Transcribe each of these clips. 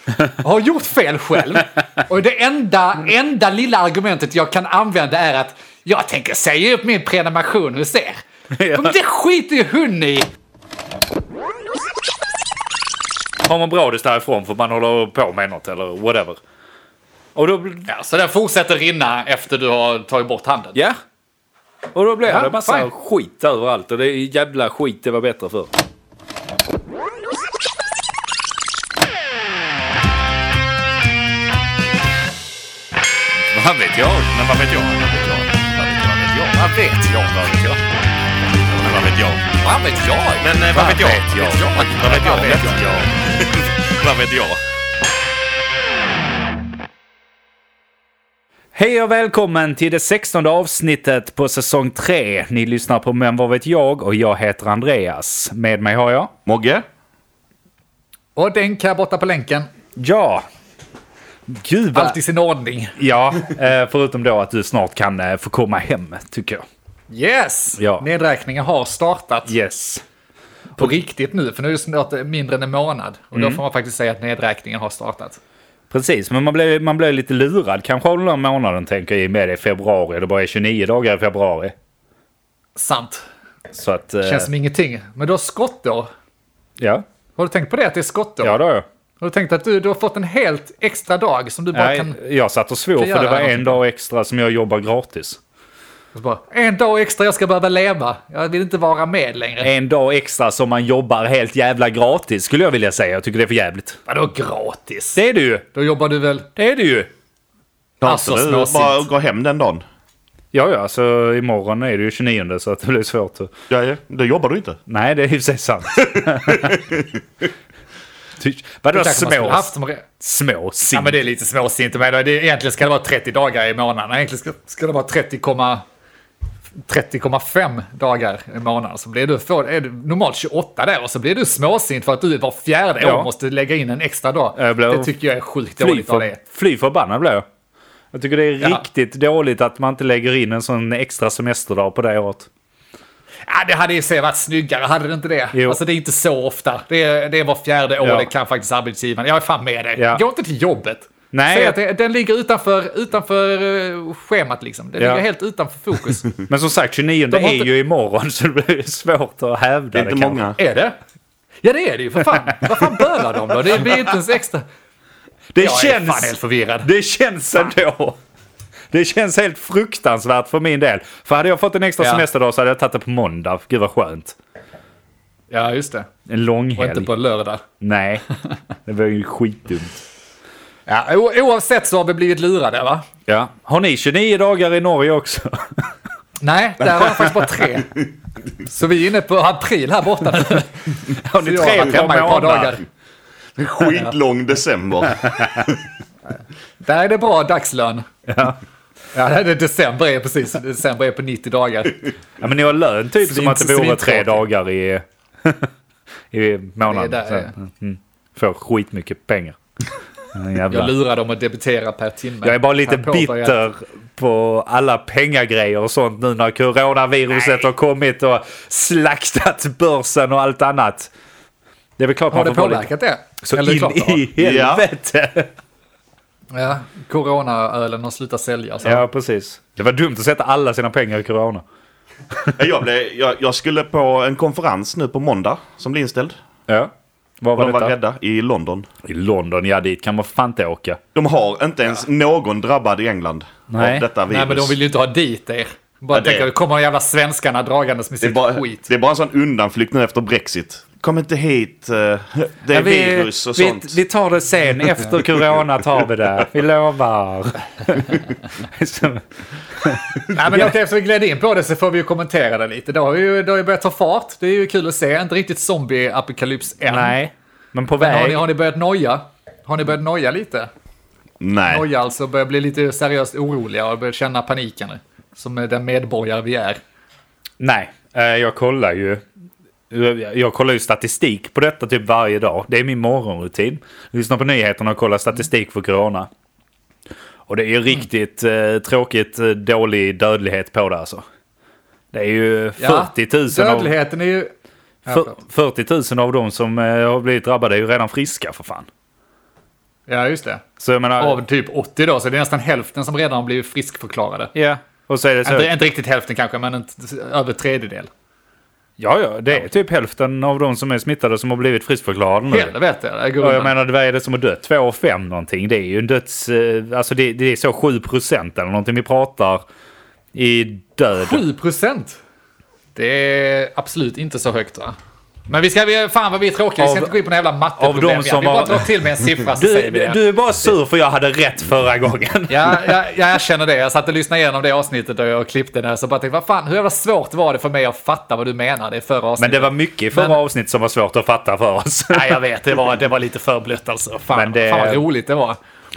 har gjort fel själv. Och det enda lilla argumentet jag kan använda är att jag tänker säga upp min prenumeration hos er. Men det skiter ju hon i. Har man brådis därifrån för man håller på med något eller whatever. Och då... Ja, så den fortsätter rinna efter du har tagit bort handen. Ja. Och då blir det massa fine. skit överallt. Och det är jävla skit det var bättre för. Vad vet jag? Men vad vet jag? Vad vet jag? Vad vet jag? Vad vet jag? Men vad vet jag? Vad vet jag? Men vad vet jag? Vad vet jag? Vad vet jag? Hej och välkommen till det 16:e avsnittet på säsong 3. Ni lyssnar på Men vad vet jag och jag heter Andreas. Med mig har jag Mogge. Och den kan jag borta på länken. Ja. Gud vad... Allt i sin ordning. Ja, förutom då att du snart kan få komma hem, tycker jag. Yes! Ja. Nedräkningen har startat. Yes. På riktigt nu, för nu är det snart mindre än en månad. Och då får man faktiskt säga att nedräkningen har startat. Precis, men man blir lite lurad kanske av den här månaden, tänker jag, med det i februari. Det bara är 29 dagar i februari. Sant. Så att... Känns som ingenting. Men du har skottår. Ja. Har du tänkt på det, att det är skottår? Ja, då har jag. Har du tänkt att du har fått en helt extra dag som du bara Nej, kan... jag satt och svor för det var en dag extra som jag jobbar gratis. Och så bara, en dag extra, jag ska behöva leva. Jag vill inte vara med längre. En dag extra som man jobbar helt jävla gratis, skulle jag vilja säga. Jag tycker det är för jävligt. Vadå gratis? Det är det ju. Då jobbar du väl... Det är det ju. Alltså, Du småsint. bara gå hem den dagen. Ja, så imorgon är det ju 29, så att det blir svårt. Ja, det jobbar du inte. Nej, det är ju sig sant. Vadå småsint? Ja, men det är lite småsint. Men egentligen ska det vara 30 dagar i månaden. Egentligen ska det vara 30,5 dagar i månaden. Så blir är du normalt 28 där och så blir du småsint för att du var fjärde år måste lägga in en extra dag. Det tycker jag är sjukt dåligt av det. Fly förbannad blir jag. Jag tycker det är riktigt dåligt att man inte lägger in en sån extra semesterdag på det året. Ja, det hade ju varit snyggare, hade det inte det? Jo. Alltså det är inte så ofta. Det är var fjärde år, Ja. det kan faktiskt arbetsgivaren. Jag är fan med dig. Ja. Gå inte till jobbet. Nej. Säg att den ligger utanför schemat liksom. Den ligger helt utanför fokus. Men som sagt, 29 De har är inte- ju imorgon, så det blir svårt att hävda Det är inte kanske. många. Är det? Ja, det är det ju för fan. Vad fan bölar de då? Det blir inte ens extra. Det Jag är fan känns, helt förvirrad. det känns ändå. Det känns helt fruktansvärt för min del. För hade jag fått en extra semesterdag så hade jag tagit det på måndag. Gud vad skönt. Ja, just det. En lång Och inte helg. på lördag. Nej, det var ju skitdumt. Ja, oavsett så har vi blivit lurade, va? Ja. Har ni 29 dagar i Norge också? Nej, där har jag faktiskt bara 3. Så vi är inne på april här borta nu. Har ni Så jag har 3 varit hemma i ett par dagar. Skitlång december. Där är det bra dagslön. Ja. Ja, det är december är precis. December är på 90 dagar. Ja, men ni har lön typ som att det vore 3 Svintråkigt. dagar i månaden. Det är där, Så, får skitmycket pengar. Jävla. Jag lurar dem att debitera per timme. Jag är bara lite Här påbörjat. bitter på alla pengagrejer och sånt nu när coronaviruset har kommit och slaktat börsen och allt annat. Det är väl klart Har det man får vara påverkat det? så Eller in klart det har. i helvete. Ja, coronaölen har slutat sälja. Så. Ja, precis. Det var dumt att sätta alla sina pengar i corona. Jag skulle på en konferens nu på måndag som blir inställd. Ja. Var Och var de var detta? rädda i London. I London, ja, dit kan man fan inte åka. De har inte ens någon drabbad i England Nej. av detta virus. Nej, men de vill ju inte ha dit er. Bara Ja, det- tänka, det kommer de jävla svenskarna dragandes med det, är sitt bara, skit. det är bara en sån undanflykt nu efter Brexit. Kom inte hit, det är Ja, virus och sånt. Vi tar det sen, efter corona tar vi det. Vi lovar. Nej, men okej, så vi gled in på det så får vi ju kommentera det lite. Det har ju börjat ta fart. Det är ju kul att se. Inte riktigt zombie-apokalyps än. Nej, men på Men väg. har ni börjat noja? Har ni börjat noja lite? Nej. Noja alltså, börjar bli lite seriöst oroliga och börjar känna paniken. Som den medborgare vi är. Nej, jag kollar ju statistik på detta typ varje dag. Det är min morgonrutin. Lyssna på nyheterna och kolla statistik för corona. Och det är riktigt tråkigt dålig dödlighet på det alltså. Det är ju 40 000 Dödligheten är ju... 40 000 av dem som har blivit drabbade är ju redan friska för fan. Ja, just det. Så jag menar, Av typ 80 då, så det är nästan hälften som redan har blivit friskförklarade. ja, och så är det så. Inte riktigt hälften kanske, men över tredjedel. Ja, det är typ hälften av de som är smittade som har blivit friskförklarade nu. Helvete, det går Och jag undan. menar, vad är det som har dött? 2,5 någonting. Det är ju en döds... Alltså det är så 7% eller någonting vi pratar i död. 7%? Det är absolut inte så högt, va? Men fan vad vi är tråkiga, vi ska inte gå in på några jävla matteproblem. av de som vi bara har- drar till med en siffra så säger vi det. Du är bara sur för jag hade rätt förra gången. Jag känner det. Jag satt och lyssnade igenom det avsnittet och jag klippte det. Så bara tänkte, vad fan, hur jävla svårt var det för mig att fatta vad du menade i förra avsnittet? Men det var mycket i förra avsnitt som var svårt att fatta för oss. Nej, jag vet. Det var lite för blött alltså. Fan vad roligt det var.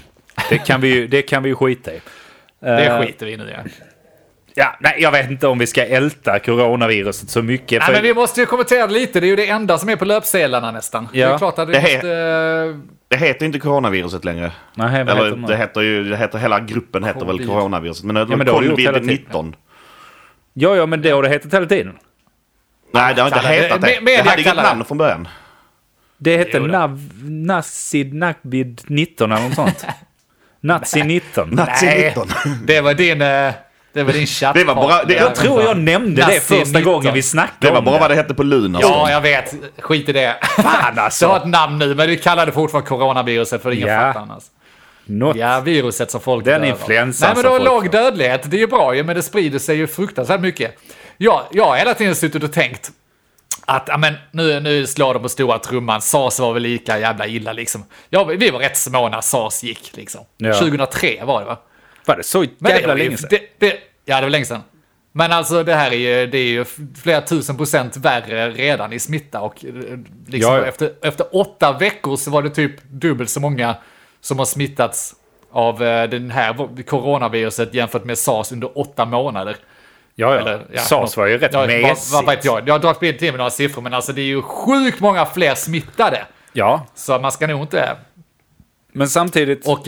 Det kan vi ju skita i. Det skiter vi i nu, ja. Ja, nej, jag vet inte om vi ska älta coronaviruset så mycket. Nej, men vi måste ju kommentera det lite. Det är ju det enda som är på löpsedlarna nästan. Ja. Det är klart att Det heter inte coronaviruset längre. Nej, vad Eller heter det heter hela gruppen heter väl coronaviruset. Men det men då har det gjort hela tiden. covid-19. Ja, men det har det hetat hela tiden. Nej, det har inte hetat det. Det hade inget namn från början. Det hette Nasid Nakbid 19 eller något sånt. Nazi 19. Nazi Nej, 19. det var din chatt. Det var bara- Jag tror jag nämnde det första gången vi snackade Det var om bara det. vad det hette på Lunar. Ja, jag vet. Skit i det. Fan alltså. Det har ett namn nu, men du kallar det fortfarande coronaviruset för ingen fattar annars. Något. Ja, viruset som folk Den dör av. influensan Nej, men som då folk låg får. dödlighet. Det är ju bra ju, men det sprider sig ju fruktansvärt mycket. Jag har hela tiden suttit och tänkt att nu slår de på stora trumman. SARS var väl lika jävla illa liksom. Ja, vi var rätt små när SARS gick liksom. Ja. 2003 var det, va? Var det så Men jävla det var ju- länge sedan? Ja, det var länge sedan. Men alltså det här är ju flera 1000% värre redan i smitta och liksom Ja. efter 8 veckor så var det typ dubbelt så många som har smittats av den här coronaviruset jämfört med SARS under 8 månader. Ja. Eller, ja, SARS var ju rätt mesigt. Vad vet jag? Jag har dragit till med några siffror, men alltså det är ju sjukt många fler smittade. Ja, Så man ska nog inte... men samtidigt... Och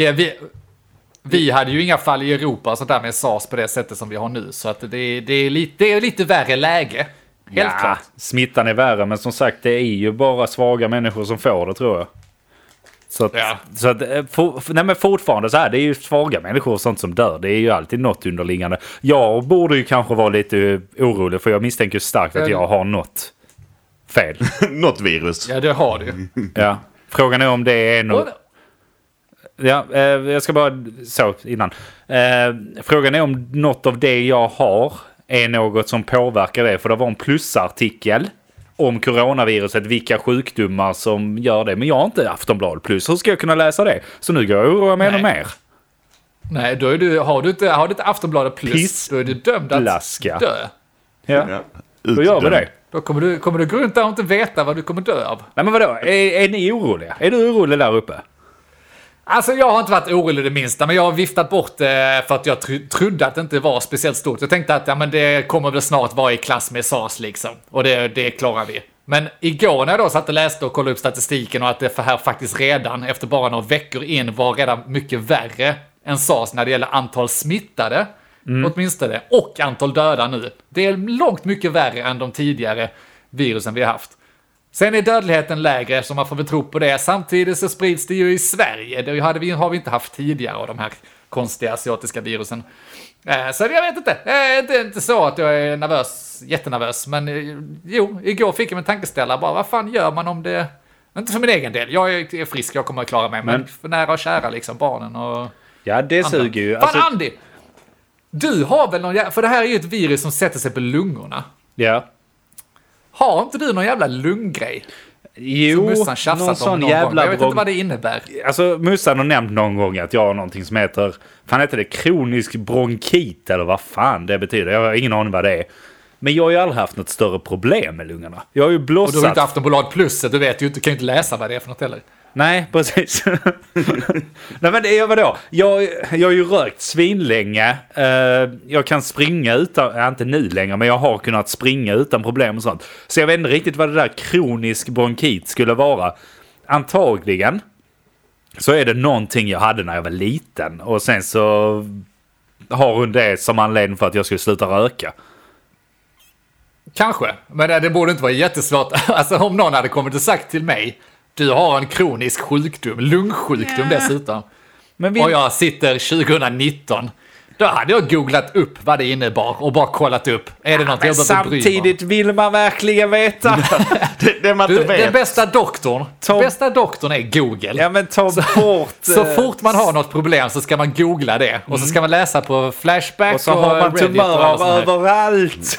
vi hade ju inga fall i Europa och sånt där med SARS på det sättet som vi har nu. Så att det är lite värre läge. Helt klart. Smittan är värre, men som sagt, det är ju bara svaga människor som får det, tror jag. Så att, Ja. nej, men fortfarande så här, det är ju svaga människor och sånt som dör. Det är ju alltid något underliggande. Jag borde ju kanske vara lite orolig, för jag misstänker starkt att jag har något fel. Något virus. Ja, det har du. Ja. Frågan är om det är något... Ja, jag ska bara... Så, innan. Frågan är om något av det jag har är något som påverkar det. För det var en plusartikel om coronaviruset, vilka sjukdomar som gör det. Men jag har inte Aftonbladet plus. Hur ska jag kunna läsa det? Så nu går jag och oroar mig ännu mer. Nej, då är har du inte Aftonbladet plus, då är du dömd att Pisslaska. dö. Ja, Ja. då gör vi det. Då kommer du gå runt där och inte veta vad du kommer dö av. Nej, men vadå? Är ni oroliga? Är du orolig där uppe? Alltså jag har inte varit orolig det minsta, men jag har viftat bort det för att jag trodde att det inte var speciellt stort. Jag tänkte att det kommer väl snart vara i klass med SARS liksom. Och det klarar vi. Men igår när jag då satt och läste och kollade upp statistiken och att det här faktiskt redan efter bara några veckor in var redan mycket värre än SARS när det gäller antal smittade. Åtminstone. Och antal döda nu. Det är långt mycket värre än de tidigare virusen vi har haft. Sen är dödligheten lägre, så man får väl tro på det. Samtidigt så sprids det ju i Sverige. Det har vi inte haft tidigare av de här konstiga asiatiska virusen. Så jag vet inte. Det är inte så att jag är jättenervös. Men jo, igår fick jag en tankeställare. Bara, vad fan gör man om det... Inte för min egen del. Jag är frisk, jag kommer att klara mig. Men för nära och kära, liksom, barnen och... Ja, det andra. suger ju. Fan, Andy! Du har väl någon... För det här är ju ett virus som sätter sig på lungorna. Ja. Har inte du någon jävla lunggrej? Jo, Som Mussan tjafsat om någon gång. Jag vet inte vad det innebär. Alltså, Mussan har nämnt någon gång att jag har någonting som heter... Fan heter det? Kronisk bronkit, eller vad fan det betyder. Jag har ingen aning vad det är. Men jag har ju aldrig haft något större problem med lungorna. Jag har ju Och du har blossat... inte Aftonbladet plus, du vet ju inte, kan ju inte läsa vad det är för något heller. Nej, precis. Nej, men det är vadå? Jag har ju rökt svinlänge. Jag kan springa utan... inte nu längre, men jag har kunnat springa utan problem och sånt. Så jag vet inte riktigt vad det där kronisk bronkit skulle vara. Antagligen så är det någonting jag hade när jag var liten. Och sen så har hon det som anledning för att jag skulle sluta röka. Kanske, men det borde inte vara jättesvårt. Alltså om någon hade kommit och sagt till mig Du har en kronisk sjukdom, lungsjukdom dessutom. Men Och jag sitter 2019. Då hade jag googlat upp vad det innebar och bara kollat upp. Är det något jag behöver bry mig om? samtidigt vill man verkligen veta. Det man inte vet. Den bästa doktorn är Google. Ja, men ta bort... Så fort man har något problem så ska man googla det. Och så ska man läsa på Flashback och så har man Reddit tumör och alla såna här. överallt.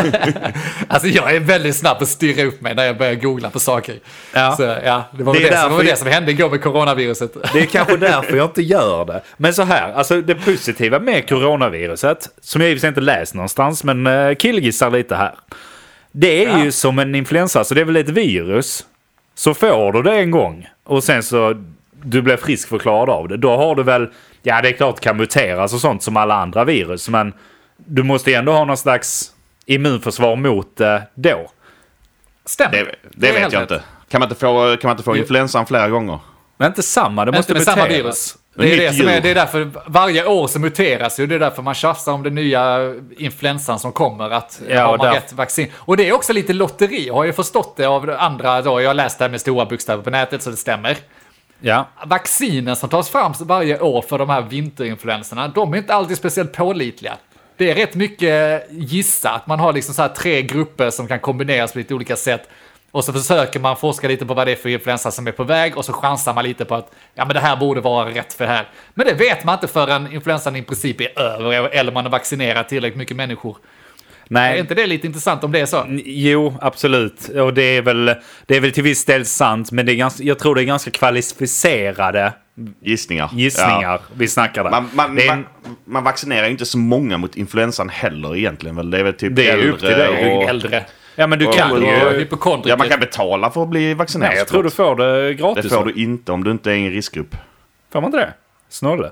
Alltså jag är väldigt snabb att styra upp mig när jag börjar googla på saker. Ja. Så ja, det var det som hände igår med coronaviruset. Det är kanske därför jag inte gör det. Men så här, alltså det positiva med coronaviruset, som jag i och för sig inte läst någonstans, men killgissar lite här. Det är ju som en influensa, så det är väl ett virus. Så får du det en gång och sen så du blir friskförklarad av det. Då har du väl, ja det är klart kan muteras och sånt som alla andra virus, men du måste ändå ha någon slags immunförsvar mot det då. Stämmer. Det vet jag inte. Kan man inte få influensan flera gånger? Men inte samma, det måste Inte med muteras. samma virus. Det är därför varje år så muteras ju. Det är därför man tjafsar om den nya influensan som kommer. Att har man rätt vaccin. Och det är också lite lotteri. Jag har ju förstått det av andra då. Jag har läst det här med stora bokstäver på nätet så det stämmer. Ja. Vaccinen som tas fram varje år för de här vinterinfluenserna, de är inte alltid speciellt pålitliga. Det är rätt mycket gissat. Man har liksom så här 3 grupper som kan kombineras på lite olika sätt. Och så försöker man forska lite på vad det är för influensa som är på väg och så chansar man lite på att ja, men det här borde vara rätt för det här. Men det vet man inte förrän influensan i princip är över eller man har vaccinerat tillräckligt mycket människor. Nej. Är inte det lite intressant om det är så? Jo, absolut. Och det är väl till viss del sant, men det är jag tror det är ganska kvalificerade Gissningar ja. Vi snackar där. Man vaccinerar ju inte så många mot influensan heller egentligen. Väl? Det är väl typ det är upp till dig. Äldre. Ja, men du kan ju... Ja, man kan betala för att bli vaccinerad. Nej, jag tror du får det gratis. Det får du inte om du inte är i en riskgrupp. Får man inte det? Snolle.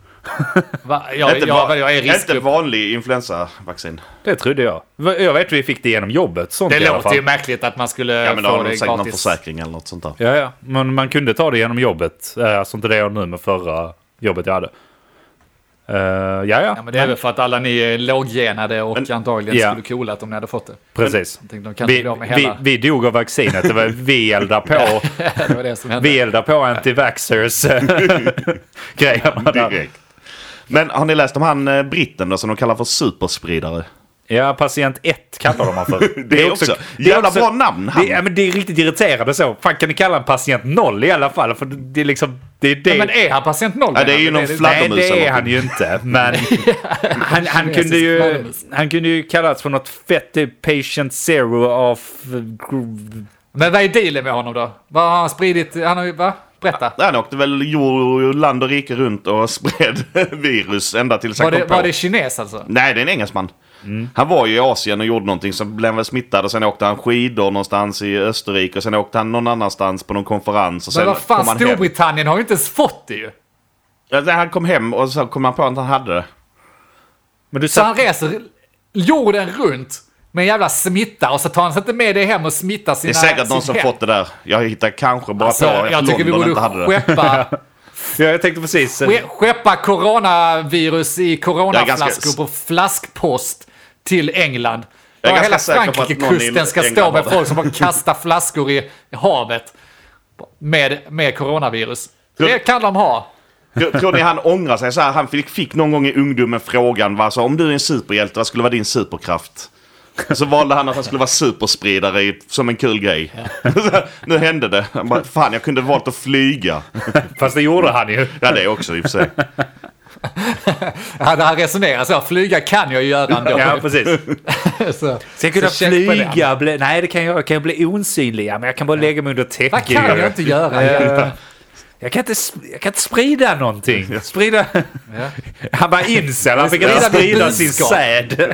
Jag är riskgrupp. Inte vanlig influensavaccin. Det trodde jag. Jag vet att vi fick det genom jobbet. Sånt det låter ju märkligt att man skulle men få det säkert gratis. Någon försäkring eller något sånt där. Ja. Men man kunde ta det genom jobbet. Alltså inte det jag nu med förra jobbet jag hade. Ja, men det är väl för att alla ni är låggenade och antagligen skulle coolat om ni hade fått det. Precis. Vi dog av vaccinet. Det var vi eldar på. Det var det som hände. Vi eldar på anti-vaxxers grejerna direkt. Men har ni läst om han britten då, som de kallar för superspridare? Ja, patient 1 kallar de han för. Det är också jävla bra namn. Men det är riktigt irriterande så. Fan, kan ni kalla en patient 0 i alla fall? För det är liksom... Det. Ja, men är han patient 0? Ja, det är ju någon fladdermus. Nej, det är han ju inte. Men han kunde ju kallas för något fett, typ patient 0 of... Men vad är dealen med honom då? Vad har han spridit? Berätta. Han åkte väl land och rike runt och spred virus ända tills han kom på. Var det kines alltså? Nej, det är en engelsman. Han var ju i Asien och gjorde någonting, så blev han väl smittad och sen åkte han skidor någonstans i Österrike och sen åkte han någon annanstans på någon konferens. Och sen men vad fan, kom Storbritannien har ju inte ens fått det ju. Ja, han kom hem och så kom han på att han hade det. Men så han reser jorden runt med en jävla smitta och så tar han sig inte med det hem och smittar sina... Det är säkert någon som fått det där. Jag hittar kanske bara på att jag tycker London inte hade det. Ja, jag tänkte precis. Skeppa coronavirus i coronaflaskor på flaskpost till England. Hela Frankrike-kusten ska stå med folk som bara kastar flaskor i havet med coronavirus. Det kan de ha. Tror ni han ångrar sig så här? Han fick någon gång i ungdomen frågan, alltså, om du är en superhjälte, vad skulle vara din superkraft? Så valde han att han skulle vara superspridare som en kul grej. Ja. Nu hände det. Han bara, fan, jag kunde valt att flyga. Fast det gjorde han ju. Ja, det också i och för sig. Han resonerar så. Flyga kan jag ju göra ändå. Ja, precis. Så jag kunna flyga? Nej, det kan jag bli osynlig. Men jag kan bara lägga mig under täcket. Vad kan jag inte göra? Jag kan inte sprida någonting. Sprida... Ja. Han bara incel. Han fick inte sprida sin säd.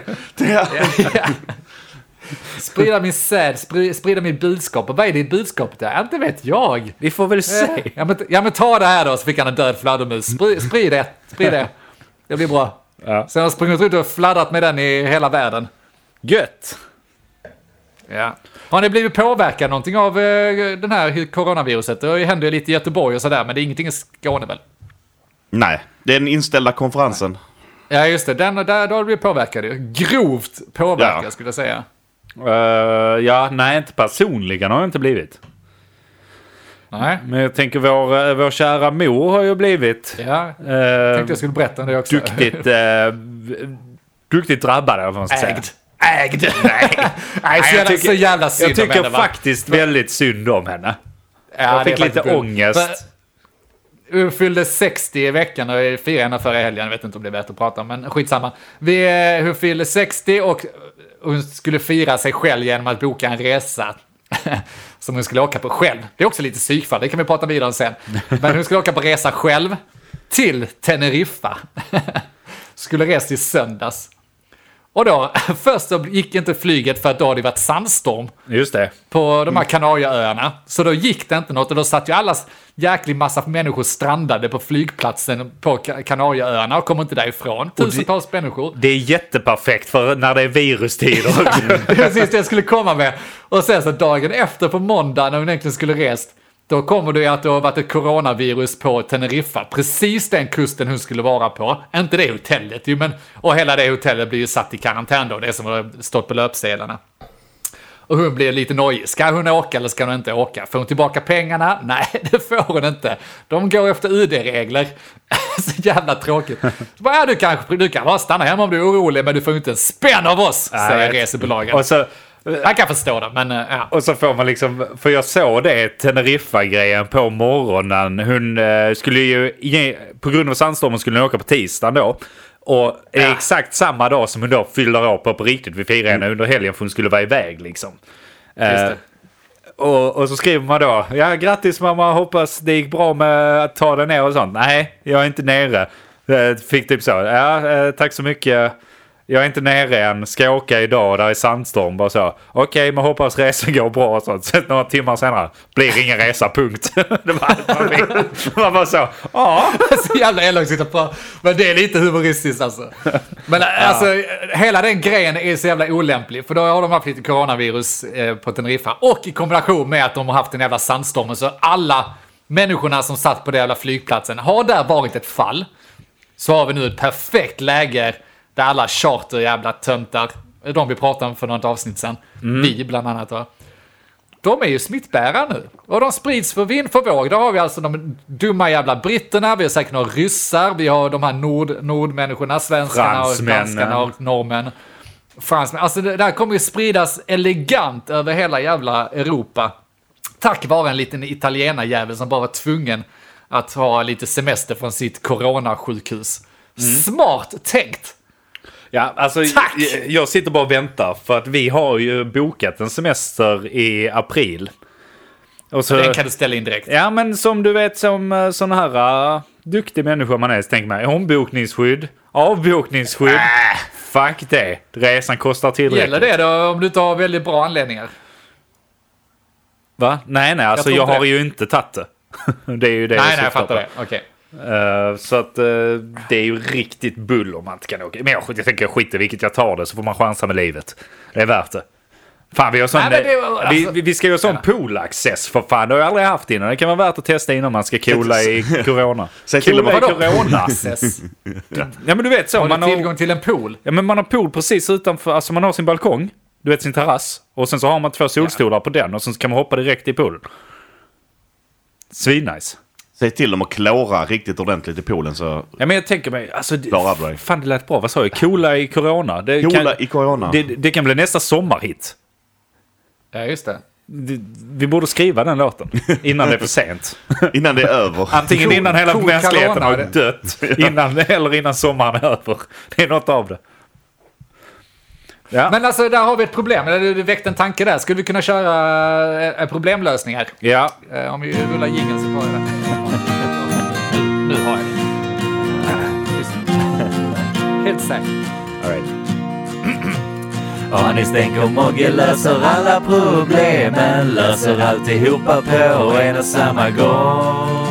Sprida min säd, sprida mitt budskap. Och vad är ditt budskap där? Inte vet jag. Vi får väl se. Ja, men ta det här då, så fick han en död fladdermus. Sprid det. Det blir bra. Ja. Sen har han sprungit ut och fladdrat med den i hela världen. Gött. Ja. Har ni blivit påverkad någonting av den här coronaviruset? Det händer ju lite i Göteborg och sådär, men det är ingenting i Skåne väl? Nej, det är den inställda konferensen. Ja, just det. Där har du blivit påverkad. Grovt påverkad, skulle jag säga. Ja, nej, inte personligen har jag inte blivit. Nej. Men jag tänker vår kära mor har ju blivit Ja, jag tänkte jag skulle berätta om det också. Duktigt drabbad, om man ska säga. Ägd. Nej, så jävla synd jag tycker om henne, faktiskt väldigt synd om henne. Ja, Jag fick det är lite faktiskt ångest. Hon fyllde 60 i veckan och firade henne förra helgen. Jag vet inte om det är värt att prata om, men skitsamma. Hon fyllde 60 och hon skulle fira sig själv genom att boka en resa som hon skulle åka på själv. Det är också lite psykfall, det kan vi prata vidare om sen. Men hon skulle åka på resa själv till Teneriffa. Skulle resa i söndags. Och då, först så gick inte flyget för att då hade det varit sandstorm. Just det. På de här Kanarieöarna. Så då gick det inte något och då satt ju allas jäklig massa människor strandade på flygplatsen på Kanarieöarna och kom inte därifrån. Tusentals människor. Det är jätteperfekt för när det är virustider. Precis det jag skulle komma med. Och sen så dagen efter på måndag när hon egentligen skulle rest, då kommer det att det har varit ett coronavirus på Teneriffa. Precis den kusten hon skulle vara på. Inte det hotellet ju, men och hela det hotellet blir ju satt i karantän då. Det som har stått på löpsedlarna. Och hon blir lite nojig. Ska hon åka eller ska hon inte åka? Får hon tillbaka pengarna? Nej, det får hon inte. De går efter UD-regler. Så jävla tråkigt. Så bara, du kan bara stanna hemma om du är orolig, men du får inte en spänn av oss, säger resebolagen. Och så, jag kan förstå det, men ja. Och så får man liksom, för jag såg det Teneriffa-grejen på morgonen. Hon skulle ju, på grund av sandstormen skulle hon åka på tisdagen då. Och exakt samma dag som hon då fyller år på riktigt. Vi firar henne under helgen för hon skulle vara iväg liksom. Och så skriver man då, ja grattis mamma, hoppas det gick bra med att ta det ner och sånt. Nej, jag är inte nere. Fick typ så, tack så mycket. Jag är inte nere än, ska åka idag, där är sandstorm. Bara så, okej, men hoppas resan går bra och sånt. Sen några timmar senare, blir ingen resa, punkt. Det var bara så, Så jävla elakt på. Men det är lite humoristiskt alltså. Men alltså, hela den grejen är så jävla olämplig. För då har de haft lite coronavirus på Teneriffa. Och i kombination med att de har haft en jävla sandstorm. Så alla människorna som satt på den jävla flygplatsen har där varit ett fall. Så har vi nu ett perfekt läge där alla charter jävla töntar, de vi pratade om för något avsnitt sen, vi bland annat va. De är ju smittbärare nu. Och de sprids för vind för våg. Då har vi alltså de dumma jävla britterna, vi har säkert några ryssar, vi har de här nordmänniskorna, svenskarna och danskarna och norrmän. Fransmän. Alltså det där kommer ju spridas elegant över hela jävla Europa. Tack vare en liten italienarjävel som bara var tvungen att ha lite semester från sitt coronasjukhus. Smart tänkt! Ja, alltså jag sitter bara och väntar för att vi har ju bokat en semester i april. Och så, den kan du ställa in direkt. Ja, men som du vet som sådana här duktig människa man är, så tänker man ombokningsskydd, avbokningsskydd. Fuck det. Resan kostar tillräckligt. Gäller det då om du inte har väldigt bra anledningar? Va? Nej, alltså jag har ju inte tagit det. Det är ju det. Nej, jag fattar det. Okej. Så att det är ju riktigt bull om man inte kan åka. Men jag tänker skita vilket jag tar det, så får man chansa med livet. Det är värt det. Fan, vi har sån, vi ska ju ha sån pool-access för fan. Det har jag aldrig haft innan. Det kan vara värt att testa innan man ska coola i corona. Coola i corona-access? Ja, men du vet så. Har man tillgång till en pool? Ja, men man har pool precis utanför. Alltså man har sin balkong. Du vet, sin terrass. Och sen så har man 2 solstolar på den. Och sen så kan man hoppa direkt i poolen. Svinnice. Säg till dem att klora riktigt ordentligt i poolen så... Ja, men jag tänker mig... Alltså, fan, det lät bra. Vad sa jag? Coola i corona. I corona. Det kan bli nästa sommarhit. Ja, just det. Vi borde skriva den låten innan det är för sent. Innan det är över. Antingen innan hela mänskligheten har dött. Eller innan sommaren är över. Det är något av det. Ja. Men alltså, där har vi ett problem. Du väckte en tanke där. Skulle vi kunna köra problemlösningar? Ja. Om vi rullar jingeln så tar jag det. Nu har jag det. Helt säkert. All right. Anis tänker Mogge löser alla problemen, löser alltihopa på en och samma gång.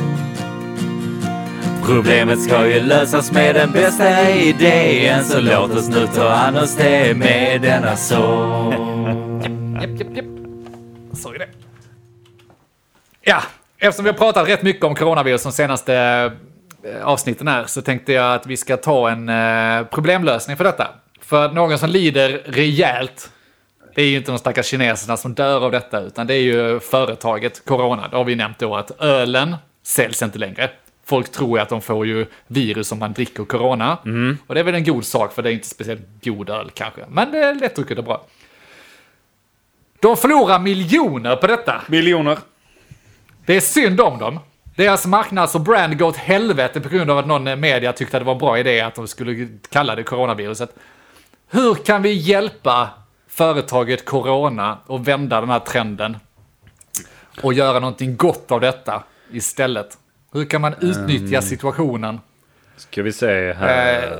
Problemet ska ju lösas med den bästa idén, så låt oss nu ta an oss det med denna sång. Japp. Så är det. Ja, eftersom vi har pratat rätt mycket om coronavirus de senaste avsnitten här, så tänkte jag att vi ska ta en problemlösning för detta. För någon som lider rejält Det är ju inte de stackars kineserna som dör av detta, utan det är ju företaget Corona. Det har vi nämnt då att ölen säljs inte längre. Folk tror ju att de får ju virus om man dricker Corona. Och det är väl en god sak, för det är inte speciellt god öl kanske. Men det är lättdrucket och bra. De förlorar miljoner på detta. Miljoner. Det är synd om dem. Deras marknads- och brand går åt helvete på grund av att någon media tyckte att det var en bra idé att de skulle kalla det coronaviruset. Hur kan vi hjälpa företaget Corona och vända den här trenden och göra någonting gott av detta istället? Hur kan man utnyttja situationen? Ska vi se här.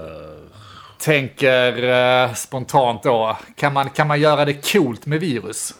Tänker spontant då, kan man göra det coolt med virus?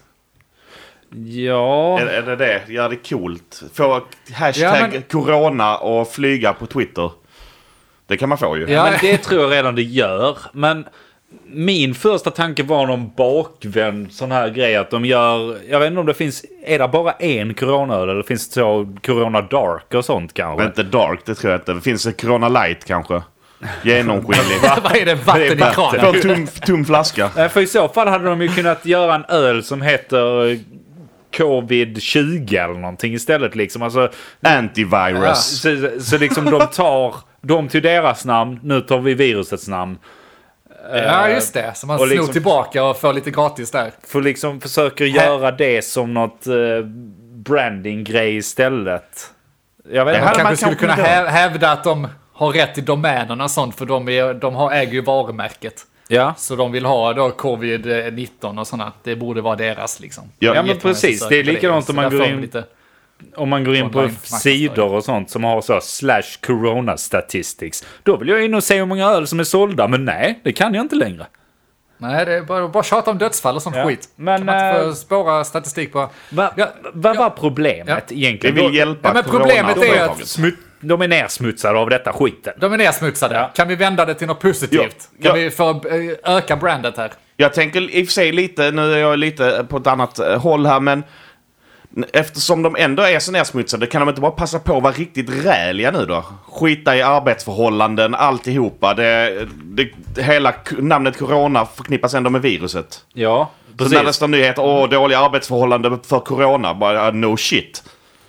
Ja. Är det? Gör det coolt. Få hashtag corona och flyga på Twitter. Det kan man få ju. Ja, men det tror jag redan det gör. Men min första tanke var någon bakvänd sån här grej att de gör, jag vet inte om det finns, är det bara en corona eller finns det så corona dark och sånt kanske? Inte dark, det tror jag inte. Det finns en corona light kanske. Genomskinlig. Vad är det? Vatten i kranen? På en tom flaska. För i så fall hade de ju kunnat göra en öl som heter Covid-20 eller någonting istället liksom. Alltså, antivirus. Så liksom de tar dem till deras namn, nu tar vi virusets namn. Ja, just det. Så man snor liksom, tillbaka och får lite gratis där. För liksom försöker göra det som något branding-grej istället. Jag vet inte. Man kanske skulle kunna hävda att de har rätt i domänerna och sånt, för de äger ju varumärket. Ja. Så de vill ha då covid-19 och sådana. Det borde vara deras liksom. Ja, men precis. Det är likadant om man går in på sidor och sånt som har så /corona statistics. Då vill jag in och se hur många öl som är sålda. Men nej, det kan jag inte längre. Nej, det är bara tjata om dödsfall och sånt skit. Men kan man inte få spåra statistik på. Vad var problemet egentligen? Vi vill hjälpa men problemet är att de är nersmutsade av detta skiten. De är nersmutsade. Ja. Kan vi vända det till något positivt? Kan vi få öka brandet här? Jag tänker i och för sig lite, nu är jag lite på ett annat håll här, men eftersom de ändå är så nersmutsade, kan de inte bara passa på att vara riktigt räliga nu då? Skita i arbetsförhållanden, alltihopa. Hela namnet corona förknippas ändå med viruset. Ja, precis. Så när det står nyheter, dåliga arbetsförhållanden för corona, bara no shit.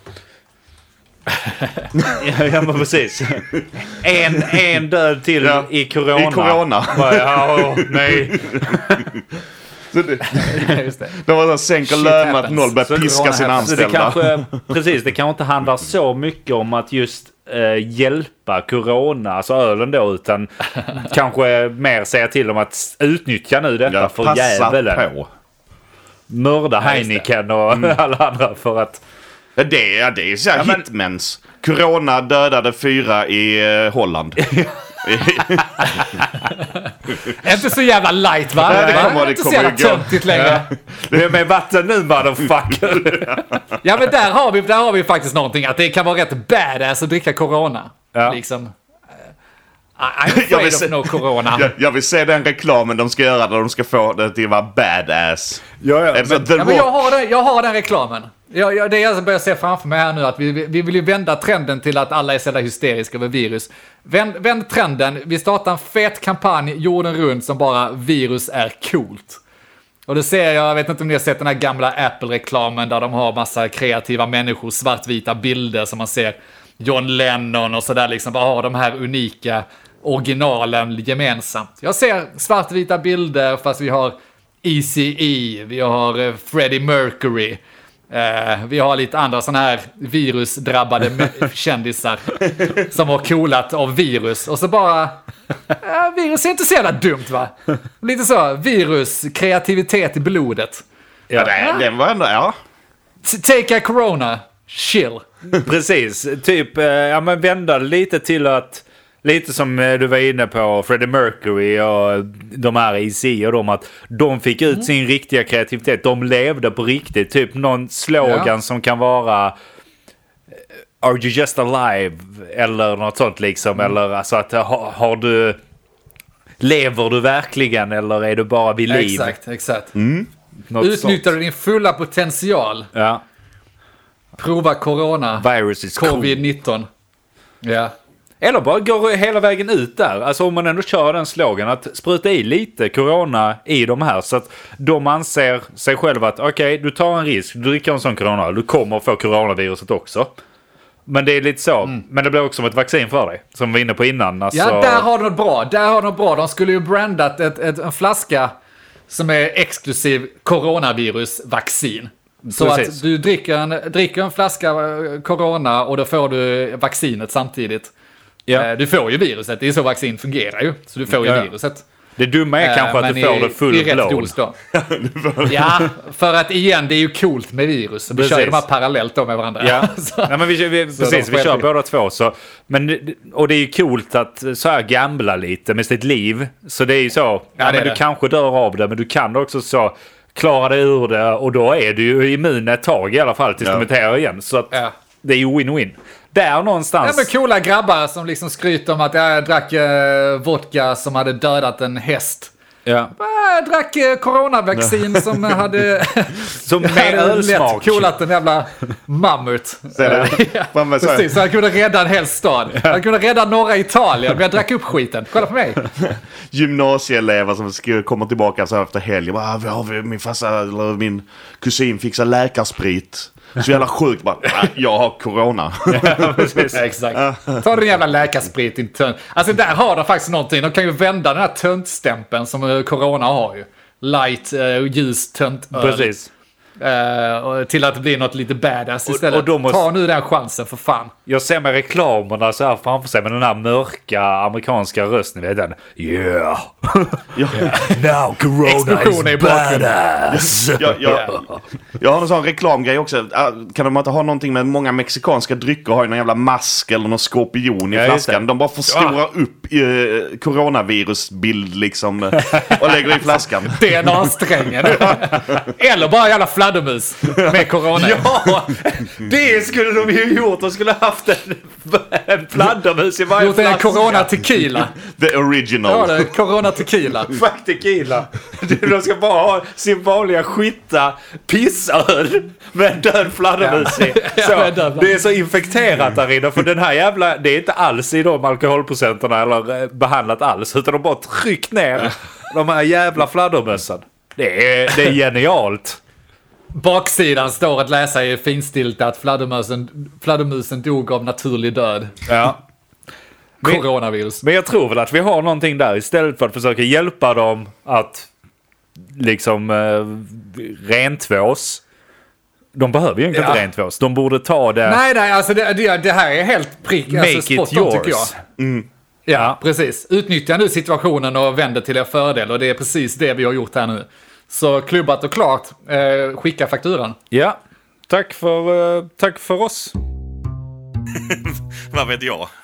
Ja, men precis. En död till i corona. I corona. Nej. Just det. De var så sänker lönen att noll börjar piska sina anställda. Det kanske inte handlar så mycket om att just hjälpa corona, alltså ölen då, utan kanske mer säga till dem att utnyttja nu detta för jävelen. På. Mörda Heineken och alla andra för att... Det är så här hitmens. Corona dödade 4 i Holland. Inte så jävla light, va? Nej, det kommer inte så jävla töntigt längre. Det är med vatten nu, motherfucker. Ja, men där har vi faktiskt någonting. Att det kan vara rätt badass att dricka corona. Ja. Liksom. I'm afraid of no corona. Jag vill se den reklamen de ska göra där de ska få det till att vara badass. Ja, men jag har den reklamen. Det är jag börjar se framför mig här nu, att vi vill ju vända trenden till att alla är så hysteriska över virus. Vänd trenden, vi startar en fet kampanj jorden runt som bara virus är coolt. Och det ser jag vet inte om ni har sett den här gamla Apple-reklamen där de har massa kreativa människor, svartvita bilder som man ser John Lennon och sådär liksom, bara har de här unika originalen gemensamt. Jag ser svartvita bilder fast vi har ECE, vi har Freddie Mercury. Vi har lite andra sådana här virusdrabbade kändisar som har coolat av virus. Och så bara... virus är inte så jävla dumt, va? Lite så, virus, kreativitet i blodet. Ja, den var ändå, ja. Take a corona, chill. Precis, typ, men vända lite till att... Lite som du var inne på Freddie Mercury och de här EC och att de fick ut sin riktiga kreativitet. De levde på riktigt. Typ någon slogan som kan vara Are you just alive? Eller något sånt liksom. Eller alltså att lever du verkligen eller är du bara vid liv? Exakt. Utnyttjar du din fulla potential. Ja. Prova corona. Virus is Covid-19. Ja. Eller bara går hela vägen ut där. Alltså om man ändå kör den slogan att spruta i lite corona i de här så att de anser sig själva att okej, du tar en risk, du dricker en sån corona, du kommer få coronaviruset också. Men det är lite så. Men det blir också som ett vaccin för dig. Som vi var inne på innan. Alltså... Ja, där har du något bra. De skulle ju brandat en flaska som är exklusiv coronavirusvaccin. Så Precis. att du dricker en flaska corona och då får du vaccinet samtidigt. Ja. Du får ju viruset, det är så vaccin fungerar ju. Så du får ju viruset. Det dumma är kanske att du får det full i rätt blown. dos då. Ja, för att igen, det är ju coolt med virus. Vi kör ju de här parallellt då med varandra. Ja, Så. Nej, men vi kör båda två. Så. Och det är ju coolt att så här gambla lite med sitt liv. Så det är ju så, men du kanske dör av det, men du kan också så klara dig ur det. Och då är du ju immun ett tag i alla fall tills du muterar igen. Så att det är ju win-win. Där någonstans. Ja, men coola grabbar som liksom skryter om att jag drack vodka som hade dödat en häst. Ja. Jag drack coronavaccin som hade... Som med ölsmak. Coolat en jävla mammut. Precis, så han kunde rädda en hel stad. Han kunde rädda norra Italien, men jag drack upp skiten. Kolla på mig. Gymnasieelever som kommer tillbaka så här efter helgen. Min farsa eller min kusin fixar läkarsprit. Så jävla sjukt bara, jag har corona. Exakt. Ta den jävla läkarsprit in tönt. Alltså där har de faktiskt någonting. De kan ju vända den här töntstämpeln som corona har ju. Light, ljus, töntöl. Precis. Till att det blir något lite badass istället. Ta nu den chansen för fan. Jag ser med reklamerna så här framför sig med den här mörka amerikanska rösten. Vet den. Yeah. Now corona is badass. Jag har en sån reklamgrej också. Kan de inte ha någonting med många mexikanska drycker? Har ju någon jävla mask eller någon skorpion i flaskan. De bara förstorar upp coronavirusbild liksom och lägger i flaskan. DNA-strängen. Eller bara jävla fladdermus med corona. Ja, det skulle de ju gjort. De skulle haft en fladdermus i varje flaska. Gjort en corona tequila. The original. Ja, det är corona tequila. Fuck tequila. De ska bara ha sin vanliga skitta pissöl med en död fladdermus i. Så, det är så infekterat där inne. För den här jävla, det är inte alls i de alkoholprocenterna eller behandlat alls. Utan de bara tryckt ner de här jävla fladdermössen. Det är genialt. Baksidan står att läsa i finstilta att fladdermusen dog av naturlig död. Ja. Coronavirus. Men jag tror väl att vi har någonting där istället för att försöka hjälpa dem att liksom rentvås. De behöver ju inte rentvås. De borde ta det. Nej, alltså det här är helt Make alltså, it yours. tycker jag. Ja, precis. Utnyttja nu situationen och vänd det till er fördel. Och det är precis det vi har gjort här nu. Så klubbat och klart. Skicka fakturan. Ja, tack för oss. Vad vet jag?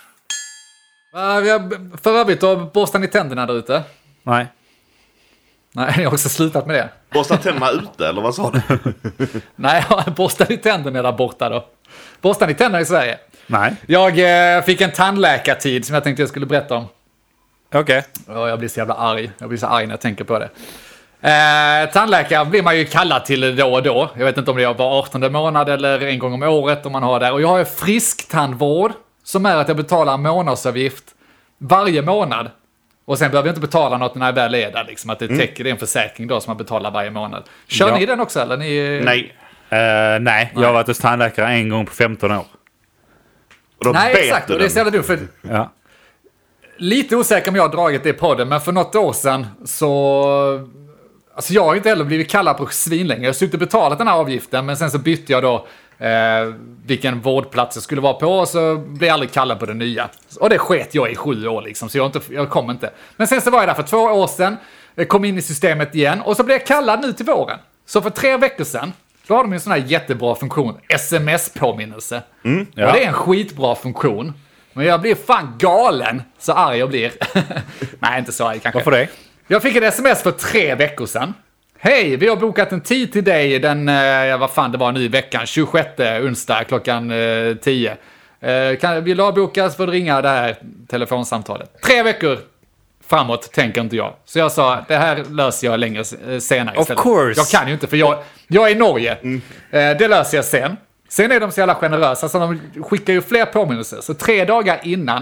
För övrigt, då borstar ni tänderna där ute? Nej. Nej, ni har också slutat med det. Borstar tänderna ute, eller vad sa du? Nej, borstar ni tänderna där borta då? Borstar ni tänderna i Sverige? Nej. Jag fick en tandläkartid som jag tänkte jag skulle berätta om. Okej. Jag blir så jävla arg. Jag blir så arg när jag tänker på det. Tandläkare blir man ju kallad till då och då. Jag vet inte om det är var 18 månad eller en gång om året om man har där. Och jag har ju frisktandvård som är att jag betalar en månadsavgift varje månad. Och sen behöver jag inte betala något när jag väl är där. Liksom, att det täcker, det är en försäkring då som man betalar varje månad. Kör ni den också eller? Nej. Nej, jag har varit hos tandläkare en gång på 15 år. Nej, exakt. Och det är så jävla dumt för... Ja. Lite osäker om jag har dragit det på den, men för något år sedan så... Alltså jag har inte heller blivit kallad på svin länge. Jag har suttit och betalat den här avgiften, men sen så bytte jag då vilken vårdplats jag skulle vara på och så blev jag aldrig kallad på den nya. Och det sket jag i 7 år liksom, så jag kom inte. Men sen så var jag där för 2 år sedan, kom in i systemet igen och så blev jag kallad nu till våren. Så för 3 veckor sedan, då har de en sån här jättebra funktion, sms-påminnelse. Och det är en skitbra funktion. Men jag blir fan galen så arg jag blir. Nej, inte så arg kanske. Varför det? Jag fick ett sms för 3 veckor sedan. Hej, vi har bokat en tid till dig den, vad fan det var nu i veckan, 26 onsdag klockan 10. Vill du avbokas för att ringa det här telefonsamtalet. 3 veckor framåt tänker inte jag. Så jag sa, det här löser jag längre senare istället. Of course. Jag kan ju inte för jag är i Norge. Det löser jag sen. Sen är de så jävla generösa så de skickar ju fler påminnelser. Så 3 dagar innan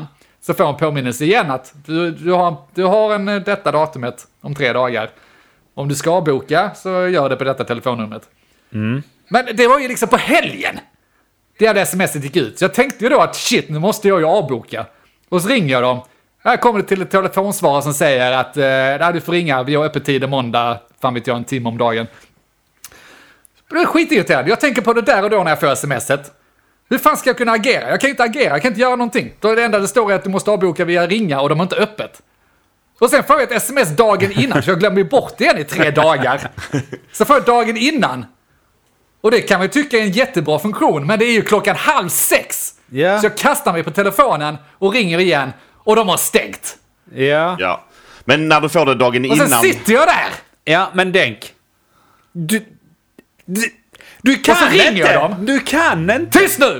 Så får en påminnelse igen att du har en detta datumet om 3 dagar. Om du ska avboka så gör det på detta telefonnumret. Men det var ju liksom på helgen. Det hade sms:et gick ut. Så jag tänkte ju då att shit, nu måste jag ju avboka. Och så ringer jag dem. Här kommer det till ett telefonsvarare som säger att du får ringa, vi har öppettider måndag, fan vet jag, en timme om dagen. Det är skitirriterande. Jag tänker på det där och då när jag får sms:et. Hur fan ska jag kunna agera? Jag kan inte agera, jag kan inte göra någonting. Då är det enda det står att du måste avboka via ringa och de har inte öppet. Och sen får jag ett sms dagen innan, så jag glömmer bort det igen i 3 dagar. Så får jag dagen innan. Och det kan man ju tycka är en jättebra funktion, men det är ju 5:30. Ja. Så jag kastar mig på telefonen och ringer igen, och de har stängt. Ja. Men när du får det dagen Och innan... sen sitter jag där! Ja, men Denk. Du Och så kan ringer inte! jag dem. Du kan inte! Tyst nu!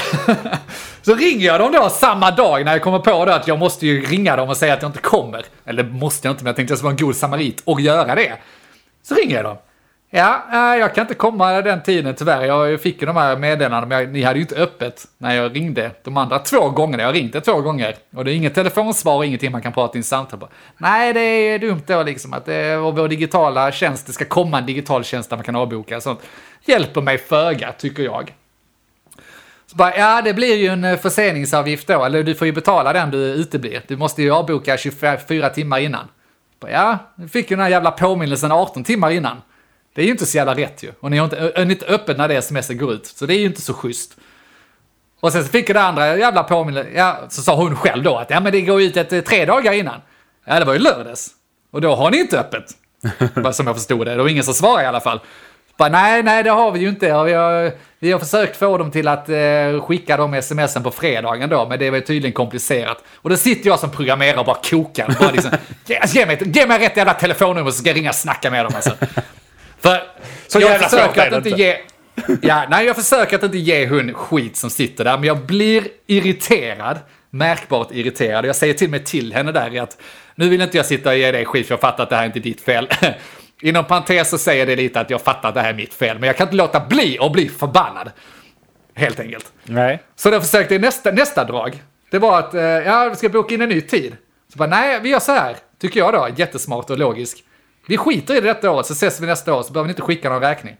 Så ringer jag dem då samma dag när jag kommer på det att jag måste ju ringa dem och säga att jag inte kommer. Eller måste jag inte, men jag tänkte att jag skulle vara en god samarit och göra det. Så ringer jag dem. Ja, jag kan inte komma den tiden tyvärr. Jag fick ju de här meddelandena, men ni hade ju inte öppet när jag ringde de andra 2 gångerna. Jag ringde 2 gånger. Och det är inget telefonsvar och ingenting man kan prata i en samtal på. Nej, det är dumt då liksom att vår digitala tjänst, det ska komma en digital tjänst där man kan avboka. Sånt hjälper mig föga, tycker jag. Så bara, ja, det blir ju en förseningsavgift då. Eller du får ju betala den du uteblir. Du måste ju avboka 24 timmar innan. Bara, ja, du fick ju den här jävla påminnelsen 18 timmar innan. Det är ju inte så jävla rätt ju. Och ni är inte öppet när det sms:et går ut. Så det är ju inte så schysst. Och sen så fick jag det andra jävla påminnelsen. Ja, så sa hon själv då att ja, men det går ut 3 dagar innan. Ja, det var ju lördags. Och då har ni inte öppet. Bara som jag förstod det. Det var ingen som svarade i alla fall. Bara, nej, det har vi ju inte. Vi har försökt få dem till att skicka de sms:en på fredagen då, men det var tydligen komplicerat. Och då sitter jag som programmerare och bara kokar. Bara liksom, ge mig rätt jävla telefonnummer så ska jag ringa och snacka med dem alltså. För så jag försöker att inte ge... Ja, nej, jag försöker att inte ge hon skit som sitter där, men jag blir irriterad. Märkbart irriterad. Jag säger till mig till henne där att nu vill inte jag sitta och ge dig skit för jag fattar att det här är inte ditt fel. Inom parentes så säger det lite att jag fattar att det här är mitt fel, men jag kan inte låta bli och bli förbannad. Helt enkelt. Nej. Så då försökte jag nästa drag. Det var att, vi ska boka in en ny tid. Så bara, nej, vi gör så här. Tycker jag då, jättesmart och logisk. Vi skiter i detta året, så ses vi nästa år, så behöver ni inte skicka någon räkning.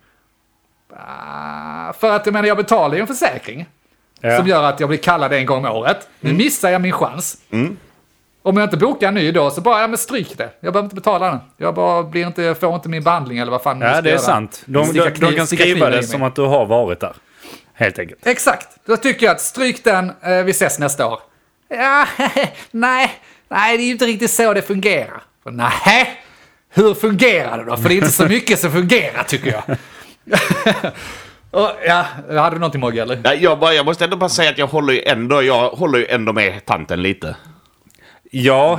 För att jag betalar ju en försäkring. Ja. Som gör att jag blir kallad en gång om året. Nu missar jag min chans. Om jag inte bokar en ny då så bara, men stryk det. Jag behöver inte betala den. Jag bara får inte min behandling eller vad fan det är göra. Sant. De kan skriva det som att du har varit där. Helt enkelt. Exakt. Då tycker jag att stryk den, vi ses nästa år. Ja, nej, det är ju inte riktigt så det fungerar. Nej, hur fungerar det då? För det är inte så mycket som fungerar tycker jag. Och, ja, hade du någonting Mogge eller? Ja, jag måste ändå bara säga att jag håller ju ändå med tanten lite. Ja,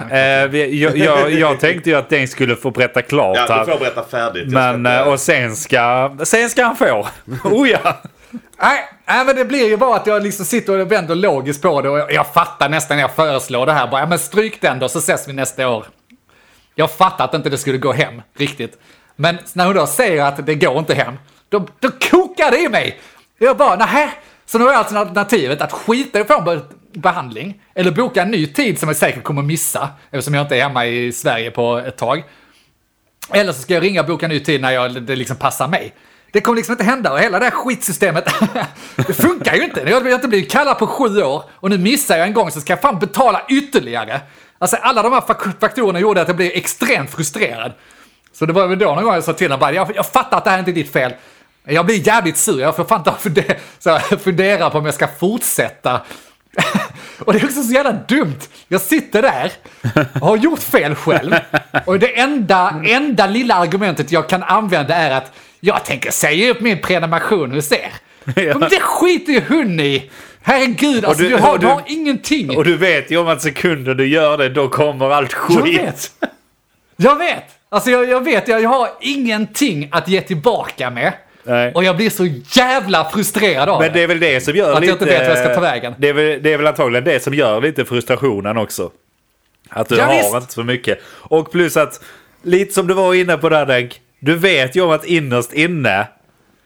jag tänkte ju att den skulle få berätta klart här. Ja, du får berätta färdigt. Men, och sen ska han få. Ja. Nej, men det blir ju bara att jag liksom sitter och vänder logiskt på det och jag fattar nästan när jag föreslår det här. Bara, men stryk den då så ses vi nästa år. Jag fattar att inte det skulle gå hem riktigt. Men när hon då säger att det går inte hem, då kokar det i mig. Jag bara, nej. Så nu är alltså alternativet att skita i från behandling eller boka en ny tid som jag säkert kommer missa eftersom jag inte är hemma i Sverige på ett tag. Eller så ska jag ringa och boka en ny tid när det liksom passar mig. Det kommer liksom inte hända och hela det här skitsystemet, det funkar ju inte. Jag har inte blivit kallad på 7 år och nu missar jag en gång så ska jag fan betala ytterligare. Alltså alla de här faktorerna gjorde att jag blev extremt frustrerad. Så det var väl då någon gång jag sa till honom, jag fattar att det här är inte ditt fel. Jag blir jävligt sur, jag får fan fundera på om jag ska fortsätta. Och det är också så jävla dumt. Jag sitter där och har gjort fel själv. Och det enda lilla argumentet jag kan använda är att jag tänker säga upp min prenumeration hos er. Ja. Men det skiter ju hon i. Herregud, alltså du har ingenting. Och du vet ju om att sekunder du gör det, då kommer allt skit. Jag vet. Alltså jag vet, jag har ingenting att ge tillbaka med. Nej. Och jag blir så jävla frustrerad av det. Men det är väl det som gör att lite... jag inte vet vad jag ska ta vägen. Det är väl antagligen det som gör lite frustrationen också. Att du har inte så mycket. Och plus att, lite som du var inne på där, Denk, du vet ju om att innerst inne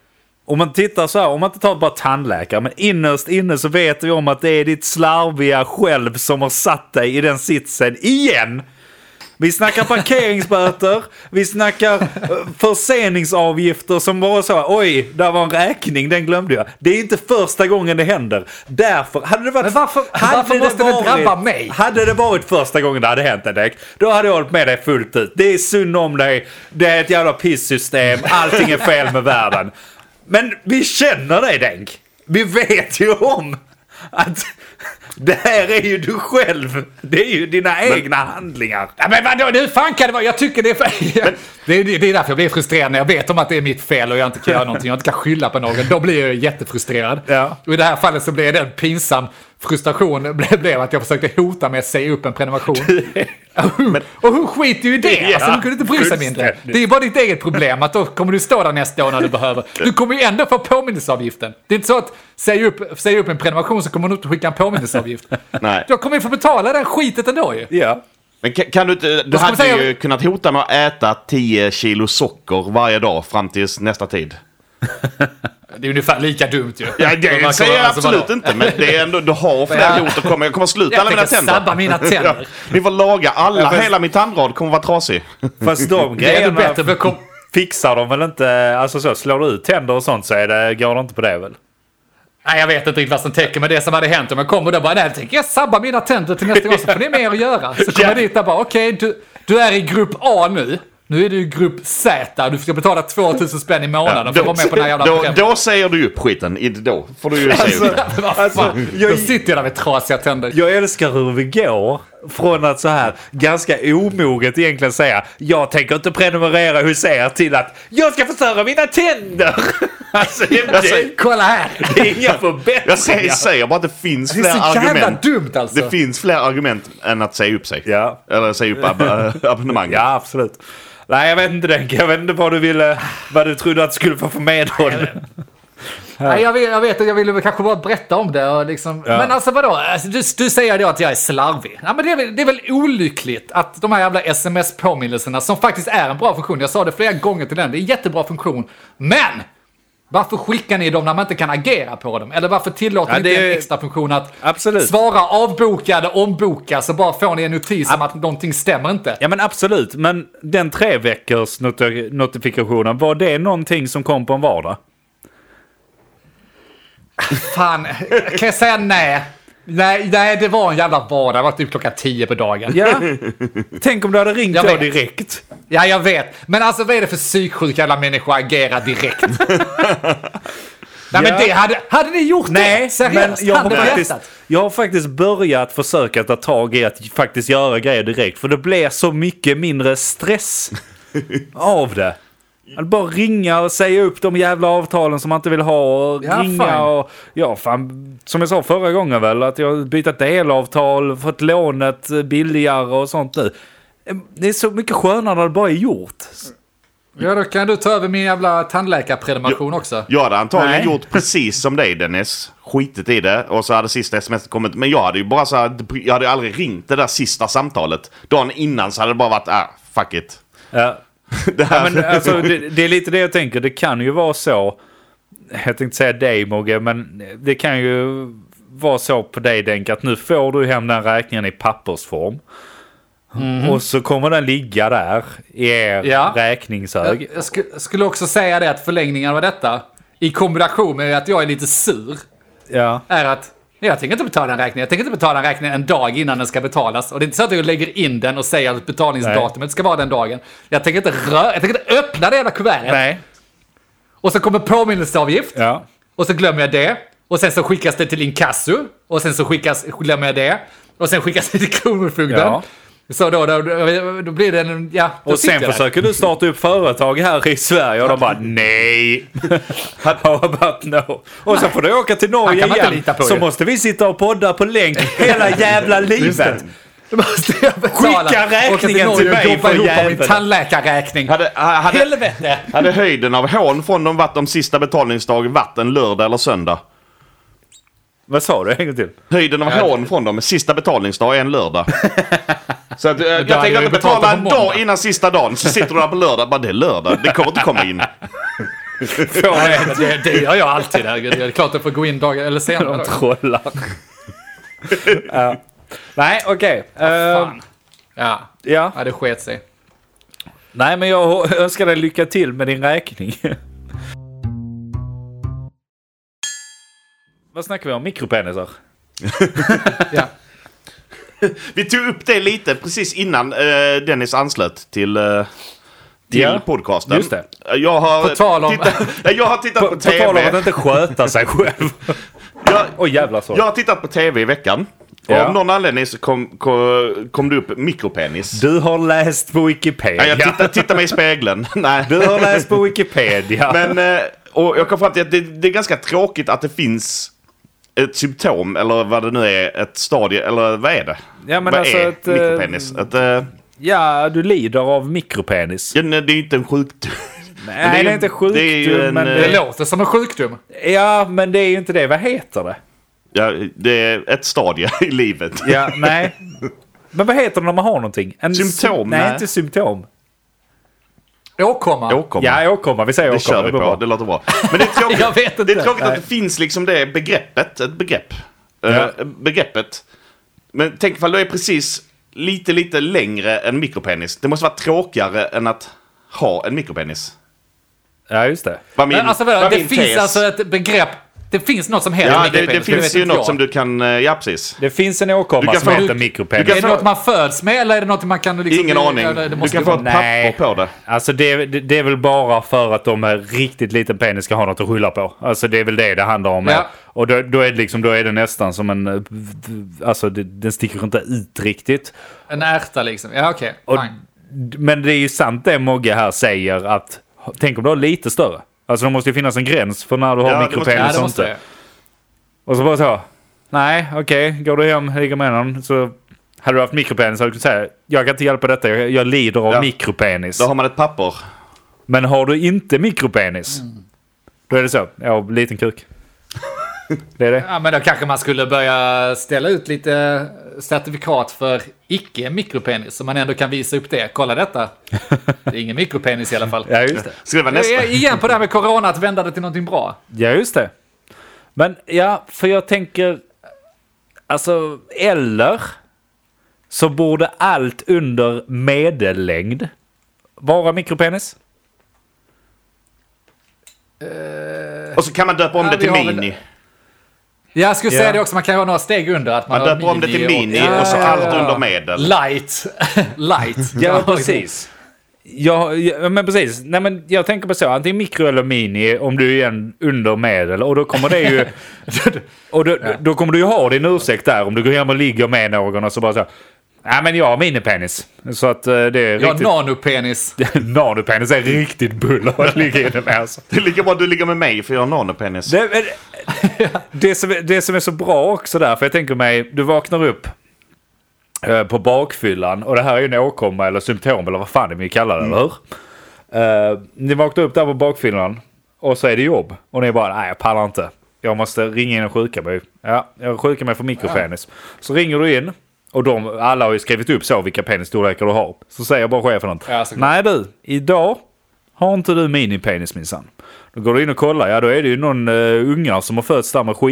om man tittar så här, om man inte tar bara tandläkare, men innerst inne så vet vi om att det är ditt slarviga själv som har satt dig i den sitsen igen. Vi snackar parkeringsböter, vi snackar förseningsavgifter som bara så, oj, där var en räkning, den glömde jag. Det är inte första gången det händer. Därför, hade det varit... Men varför måste det drabba mig? Hade det varit första gången det hade hänt en däck, då hade jag hållit med dig fullt ut. Det är synd om dig, det är ett jävla pisssystem, allting är fel med världen. Men vi känner dig, Denk. Vi vet ju om att det här är ju du själv. Det är ju dina egna handlingar. Ja, men vadå, nu fan kan det vara. Jag tycker det är... det är därför jag blir frustrerad när jag vet om att det är mitt fel och jag inte kan göra någonting. Jag inte kan skylla på någon. Då blir jag jättefrustrerad. Ja. Och i det här fallet så blev det en pinsam frustration blev att jag försökte hota med att säga upp en prenumeration. Och hon skiter ju i det. Alltså, du kunde inte bry sig mindre. Det är ju bara ditt eget problem att då kommer du stå där nästa år när du behöver. Du kommer ju ändå få påminnelseavgiften. Det är inte så att säga upp en prenumeration så kommer du inte skicka en påminnelseavgift. Nej. Då kommer vi få betala den skitet ändå ju. Ja. Men kan du inte... Du hade ju kunnat hota med att äta 10 kilo socker varje dag fram till nästa tid. Det är ungefär lika dumt ju. Ja, det säger jag absolut inte. Men det är ändå, du har fler hot att komma. Jag kommer att sluta alla mina tänder. Sabba mina tänder. Ni får laga alla. Hela min tandrad kommer vara trasig. Fast de Det är grejerna bättre fixar de väl inte. Alltså så, slår du ut tänder och sånt så går det inte på det väl? Nej, jag vet inte riktigt vad som täcker med det som hade hänt. Om jag kommer där bara, nej, tänker jag sabba mina tänder till nästa gång så får ni mer att göra. Så kommer jag dit där bara, okej, du är i grupp A nu. Nu är du i grupp Z. Du ska betala 2000 spänn i månaden för att vara med på den här jävla programmet. Då säger du upp skiten. Då får du ju säga upp. Då sitter jag där med trasiga tänder. Jag älskar hur vi går från att så här ganska omoget egentligen säga jag tänker inte prenumerera hos er till att jag ska förstöra mina tänder. Alltså, kolla här. Det är inga förbättringar. Jag säger bara att det finns fler Det är så jävla argument. dumt alltså. Det finns fler argument än att säga upp sig. Ja. Eller säga upp abonnemanget. Ja, absolut. Nej, jag vet inte det. Jag vet inte vad du trodde att du skulle få för medhåll. Nej, jag vet att jag ville kanske bara berätta om det och liksom, ja. Men alltså vadå? Alltså, du säger då att jag är slarvig. Ja, men det är väl olyckligt att de här jävla sms-påminnelserna som faktiskt är en bra funktion. Jag sa det flera gånger till den. Det är en jättebra funktion. Men varför skickar ni dem när man inte kan agera på dem? Eller varför tillåter ni inte en extra funktion att svara avbokade, omboka så bara får ni en notis om att någonting stämmer inte? Ja, men absolut. Men den 3 veckors notifikationen, var det någonting som kom på en vardag? Fan, kan jag säga nej? Nej, det var en jävla vardag. Det var typ klockan 10 på dagen. Ja. Tänk om du hade ringt då direkt. Ja, jag vet. Men alltså, vad är det för psyksjuka jävla människor att agera direkt? Nej, men det hade ni gjort det? Seriöst? Men jag har faktiskt börjat försöka ta tag i att faktiskt göra grejer direkt. För det blir så mycket mindre stress av det. Att bara ringa och säga upp de jävla avtalen som man inte vill ha och ringa och fan, som jag sa förra gången väl, att jag bytt delavtal, fått lånet billigare och sånt nu. Det är så mycket skönare när det bara är gjort. Ja, då kan du ta över min jävla tandläkarprenumeration också. Jag hade antagligen gjort precis som dig, Dennis. Skitit i det och så hade sista sms kommit. Men jag hade ju bara så här, jag hade aldrig ringt det där sista samtalet. Dagen innan så hade det bara varit, fuck it. Ja. Ja, men alltså, det är lite det jag tänker. Det kan ju vara så. Jag tänkte säga dig, Mogge, men det kan ju vara så på dig, Denk, att nu får du hem den räkningen i pappersform. Och så kommer den ligga där i er räkningshög. Jag skulle också säga det att förlängningen av detta i kombination med att jag är lite sur är att jag tänker inte betala en räkning. Jag tänker inte betala en räkning en dag innan den ska betalas. Och det är inte så att jag lägger in den och säger att betalningsdatumet ska vara den dagen. Jag tänker inte öppna det jävla kuvertet. Nej. Och så kommer påminnelseavgift. Ja. Och så glömmer jag det. Och sen så skickas det till inkasso. Och sen så glömmer jag det. Och sen skickas det till kronofogden. Ja. Så då blir det en... Ja, och sen försöker du starta upp företag här i Sverige och de bara nej. No. Och så får du åka till Norge igen. Så måste vi sitta och podda på länk hela jävla livet. Då måste jag betala. Skicka räkningen till mig för jäveln. Min tandläkarräkning. Helvete. Hade höjden av hån från dem varit de sista betalningsdagen varit en lördag eller söndag? Vad sa du? En gång till. Höjden av hån från dem sista betalningsdag är en lördag. Så att, jag tänkte inte betala en dag innan sista dagen. Så sitter du där på lördag. Bara det är lördag. Det kommer inte komma in. Det gör jag alltid. Det är klart att jag får gå in dagar eller senare. De trollar. Ja. Nej, okej. Fan. Ja, Ja. det sket sig. Nej, men jag önskar dig lycka till med din räkning. Vad snackar vi om? Mikropenisar? Ja. Vi tog upp det lite precis innan Dennis anslöt till podcasten. Just det. Jag har På tal om- tittat på På tal om TV. att inte sköta sig själv. Jävlar så. Jag har tittat på TV i veckan. Ja. Och av någon anledning så kom det upp mikropenis. Du har läst på Wikipedia. Ja, jag tittar mig i spegeln. Nej. Du har läst på Wikipedia. Men, och jag kom fram till att det är ganska tråkigt att det finns ett symptom, eller vad det nu är, ett stadie, eller vad är det? Ja, men vad alltså är ett, mikropenis? Ja, du lider av mikropenis. Det är inte en sjukdom. Nej, det är inte sjukdom, det är ju men... Det låter som en sjukdom. Ja, men det är ju inte det. Vad heter det? Ja, det är ett stadie i livet. Ja, nej. Men vad heter det när man har någonting? Symptom, Nej, nej. inte symptom. Åkomma. Åkomma. Ja, åkomma. Vi säger Det åkomma. kör vi blir på, bra. det låter bra. Men det är tråkigt, Jag vet inte. det är tråkigt Nej. att det finns liksom det begreppet, ett begrepp. Ja. Begreppet. Men tänk ifall du är precis lite längre än mikropenis. Det måste vara tråkigare än att ha en mikropenis. Ja, just det. Var min, Men alltså, var det min finns tes. alltså ett begrepp. Det finns något som heter Ja, mikropenis. det finns ju vet något jag. som du kan... Ja, precis. Det finns en åkomma Du kan som få- heter du mikropenis. kan Är det något man föds med eller är det något man kan... Liksom, Ingen aning. Det Du måste kan få ett Nej. papper på det. Alltså det är väl bara för att de med riktigt liten penis ska ha något att skylla på. Alltså det är väl det handlar om. Ja. Och då är det liksom, då är det nästan som en... Alltså den sticker inte ut riktigt. En ärta liksom. Ja, okej. Och, Fine. men det är ju sant det Mogge här säger att... Tänk om du har lite större. Alltså det måste ju finnas en gräns för när du har Ja, det måste- mikropenis Ja, det och måste inte. jag. Och så bara så. Nej, okej. Går du hem, ligger med någon, så hade du haft mikropenis hade du kunnat säga jag kan inte hjälpa detta, jag lider av Ja. mikropenis. Då har man ett papper. Men har du inte mikropenis, då är det så. Ja, liten kuk. Det är det. Ja, men då kanske man skulle börja ställa ut lite certifikat för icke-mikropenis. Så man ändå kan visa upp det. Kolla detta. Det är ingen mikropenis i alla fall. Ja, just det. Ska det vara nästa? Igen på det här med corona, att vända det till någonting bra. Ja, just det. Men ja, för jag tänker... Alltså, eller så borde allt under medellängd vara mikropenis. Och så kan man döpa om Ja, det till vi har väl- mini. Jag skulle Ja. säga det också, man kan ju ha några steg under. Att man Man har döper om det till mini och- och så allt under medel. Light. Light. Ja, precis. Ja, men precis. Nej, men jag tänker på så. Antingen mikro eller mini om du är en under medel. Och då kommer det ju... och då kommer du ju ha din ursäkt där. Om du går hem och ligger med någon och så bara så... Nej, men jag har minipenis. Så att det är Ja, riktigt... nanopenis. Nanopenis är riktigt buller att ligga inne med. Alltså. Det är lika bra att du ligger med mig för jag har nanopenis. Det som är så bra också där, för jag tänker mig, du vaknar upp på bakfyllan och det här är ju en åkomma eller symptom eller vad fan det vi kallar det, eller hur? Ni vaknar upp där på bakfyllan och så är det jobb och ni bara, nej jag pallar inte. Jag måste ringa in och sjuka mig. Ja, jag sjukar mig för mikropenis. Så ringer du in och alla har ju skrivit upp så vilka penisstorlekar du har. Så säger bara chefen något. Ja, såklart. Nej du, idag har inte du minipenis minsann. Då går du in och kollar, ja då är det ju någon ungar som har fötts där med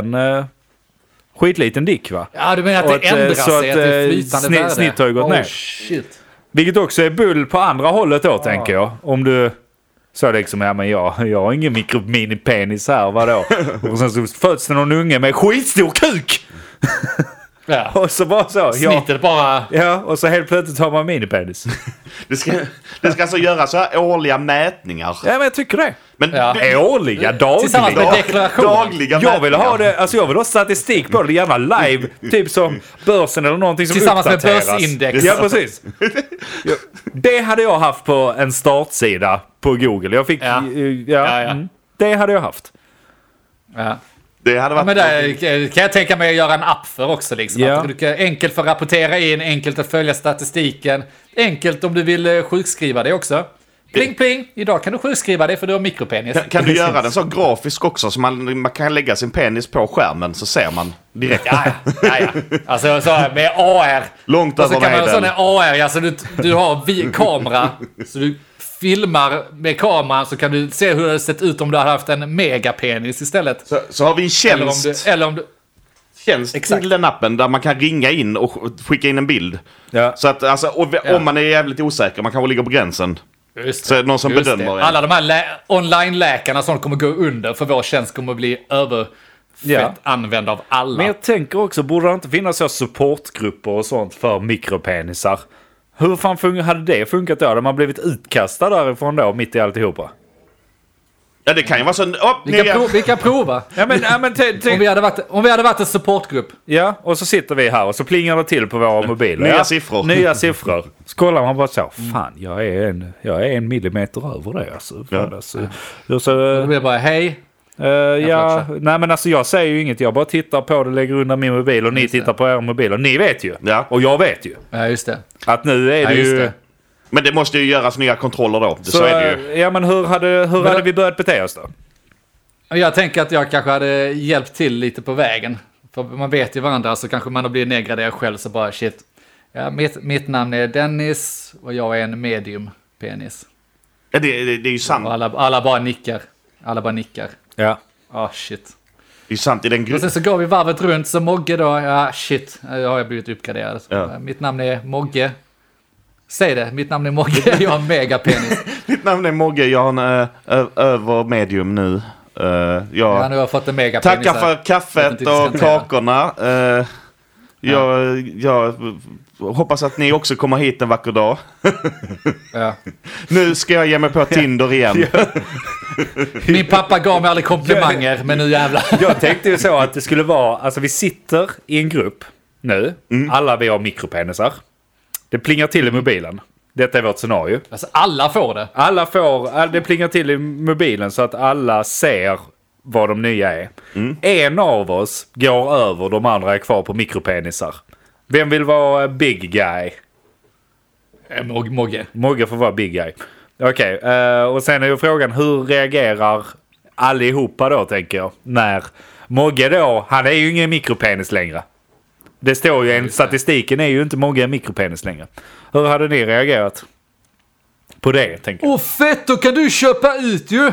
skitliten dick va? Ja, du menar Och att det ändrar så sig, att det är flytande värde? snitt har ju gått ner. Shit. Vilket också är bull på andra hållet då tänker jag. Om du så liksom, ja men jag har ingen minipenis här, vadå? Och sen så föds det någon unge med skitstor kuk! Ja. Och så bara så, ja. Snittet bara... Ja, och så helt plötsligt har man minipenis. Det ska alltså göras så här årliga mätningar. Ja men jag tycker det. Men Ja. Årliga, Tillsammans dagliga. med deklarationen. Dagliga Jag vill ha mätningar. det, alltså jag vill ha statistik på det, gärna live, typ som börsen eller någonting som Tillsammans med uppdateras. börsindex. Ja, precis. Det hade jag haft på en startsida på Google. Jag fick, Ja. ja. Ja. Det hade jag haft. Ja. Det hade Ja, varit... men där kan jag tänka mig att göra en app för också. Liksom. Ja. Att du kan, enkelt för att rapportera in, enkelt att följa statistiken. Enkelt om du vill sjukskriva det också. Pling pling, idag kan du sjukskriva det för du har mikropenis. Kan du göra den så grafisk också så man kan lägga sin penis på skärmen så ser man direkt. Ja. Alltså så här, med AR. Långt Och så över kan man ha sån medel. här AR, alltså du har kamera. Så du filmar med kameran så kan du se hur det hade sett ut om du hade haft en megapenis istället. Så har vi en tjänst. Eller om du Tjänst Exakt. till den appen där man kan ringa in och skicka in en bild. Ja. Så att alltså, om man är jävligt osäker, man kanske ligger på gränsen. Just Så är det någon som bedömer det. en. Alla de här online-läkarna som kommer gå under för vår tjänst kommer bli överfett använda av alla. Men jag tänker också, borde det inte finnas så supportgrupper och sånt för mikropenisar? Hur fan hade det funkat då? Hade man blivit utkastad därifrån då, mitt i alltihopa? Ja, det kan ju vara så... Vi kan prova. Ja, men Om vi hade varit en supportgrupp. Ja, och så sitter vi här och så plingar det till på våra mobiler. Nya Ja, siffror. Nya siffror. Så kollar man bara så, fan, jag är en millimeter över det alltså. Fan, alltså. Då blir det bara, hej. Nej men alltså jag säger ju inget, jag bara tittar på det, lägger undan min mobil och ni tittar på er mobil och ni vet ju. Ja. Och jag vet ju. Ja, just det. Att nu är det ju... Det. Men det måste ju göras nya kontroller då. Så är det ju. Ja, men hur hade vi börjat bete oss då? Jag tänker att jag kanske hade hjälpt till lite på vägen. För man vet ju varandra så kanske man blir nedgraderad själv så bara shit. Ja, mitt namn är Dennis och jag är en medium penis. Ja, det är ju sant. Och alla bara nickar. Alla bara nickar. Ja. Shit. Det är ju sant i den Och gruppen. sen så går vi varvet runt så Mogge då, shit, jag har blivit uppgraderad. Ja. Mitt namn är Mogge. Säg det, mitt namn är Mogge, jag har en megapenis. Mitt namn är Mogge, jag har en över medium nu. Nu har jag fått en megapenis. Tackar för kaffet och kakorna. Jag hoppas att ni också kommer hit en vacker dag. Ja. Nu ska jag ge mig på Tinder igen. Min pappa gav mig aldrig komplimanger, men nu jävlar. Jag tänkte ju så att det skulle vara, alltså vi sitter i en grupp nu, alla vi har mikropenisar. Det plingar till i mobilen. Detta är vårt scenario. Alltså alla får det. Det plingar till i mobilen så att alla ser vad de nya är. En av oss går över, de andra är kvar på mikropenisar. Vem vill vara big guy? Mogge. Mogge får vara big guy. Okej, och sen är ju frågan, hur reagerar allihopa då, tänker jag? När Mogge då, han är ju ingen mikropenis längre. Det står ju, statistiken är ju inte Mogge en mikropenis längre. Hur hade ni reagerat på det, tänker jag? Fett, då kan du köpa ut ju!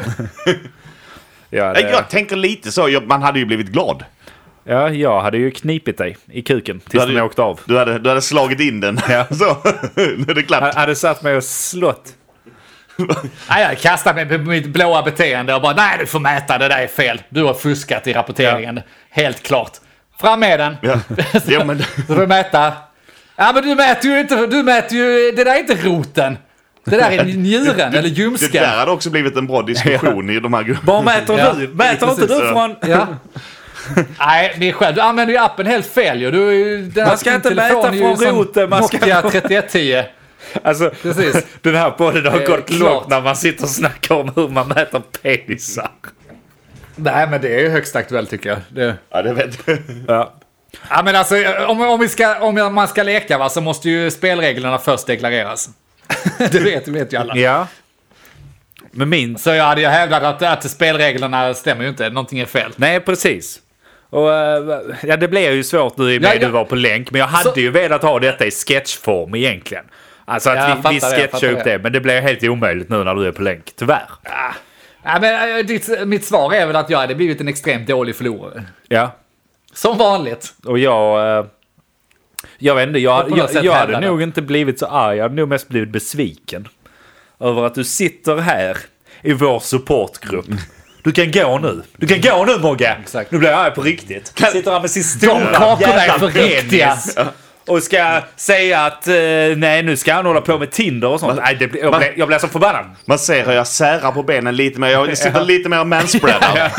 Jag tänker lite så, man hade ju blivit glad. Ja, jag hade ju knipit dig i kuken tills den åkte av. Du hade slagit in den. Ja. Så, nu är det klart. Jag hade satt mig och slått. Nej, jag kastar mig på mitt blåa beteende och bara, nej du får mäta, det där är fel. Du har fuskat i rapporteringen, helt klart. Fram med den. Ja. Ja, men... Så får du mäta. Ja, men du mäter ju, det där är inte roten. Det där är njuren eller ljumsken. Det där hade också blivit en bra diskussion i de här grupperna. Vad mäter du? Mäter inte du från... Ja. Nej, det är själv. Du använder ju appen helt fel ju. Man ska inte mäta från roten. Man ska... Nokia 3110. Alltså, precis. Den här podden har gått klart. långt när man sitter och snackar om hur man mäter penisar. Nej, men det är ju högst aktuellt tycker jag. Ja, det vet jag. Ja. Ja, men alltså, om man ska leka va, så måste ju spelreglerna först deklareras. det vet ju alla. Ja. Men Så jag hade ju hävdat att spelreglerna stämmer ju inte. Någonting är fel. Nej, precis. Och ja, det blev ju svårt nu i och med du var på länk. Men jag hade ju velat ha detta i sketchform egentligen. Alltså att vi sketchar upp det. Men det blev helt omöjligt nu när du är på länk, tyvärr. Ja, men mitt svar är väl att jag hade blivit en extremt dålig förlorare. Ja. Som vanligt. Och jag vet inte, jag hade nog inte blivit så arg. Jag hade nog mest blivit besviken över att du sitter här i vår supportgrupp. Du kan gå nu Mogge. Exakt. Nu blir jag arg på riktigt. Sitter han med sin stora kakorna är för jävla riktiga. penis och ska säga att nej, nu ska han hålla på med Tinder och sånt. Nej, jag blir så förbannad. Man ser hur jag särar på benen lite mer. Jag sitter lite mer manspreadar.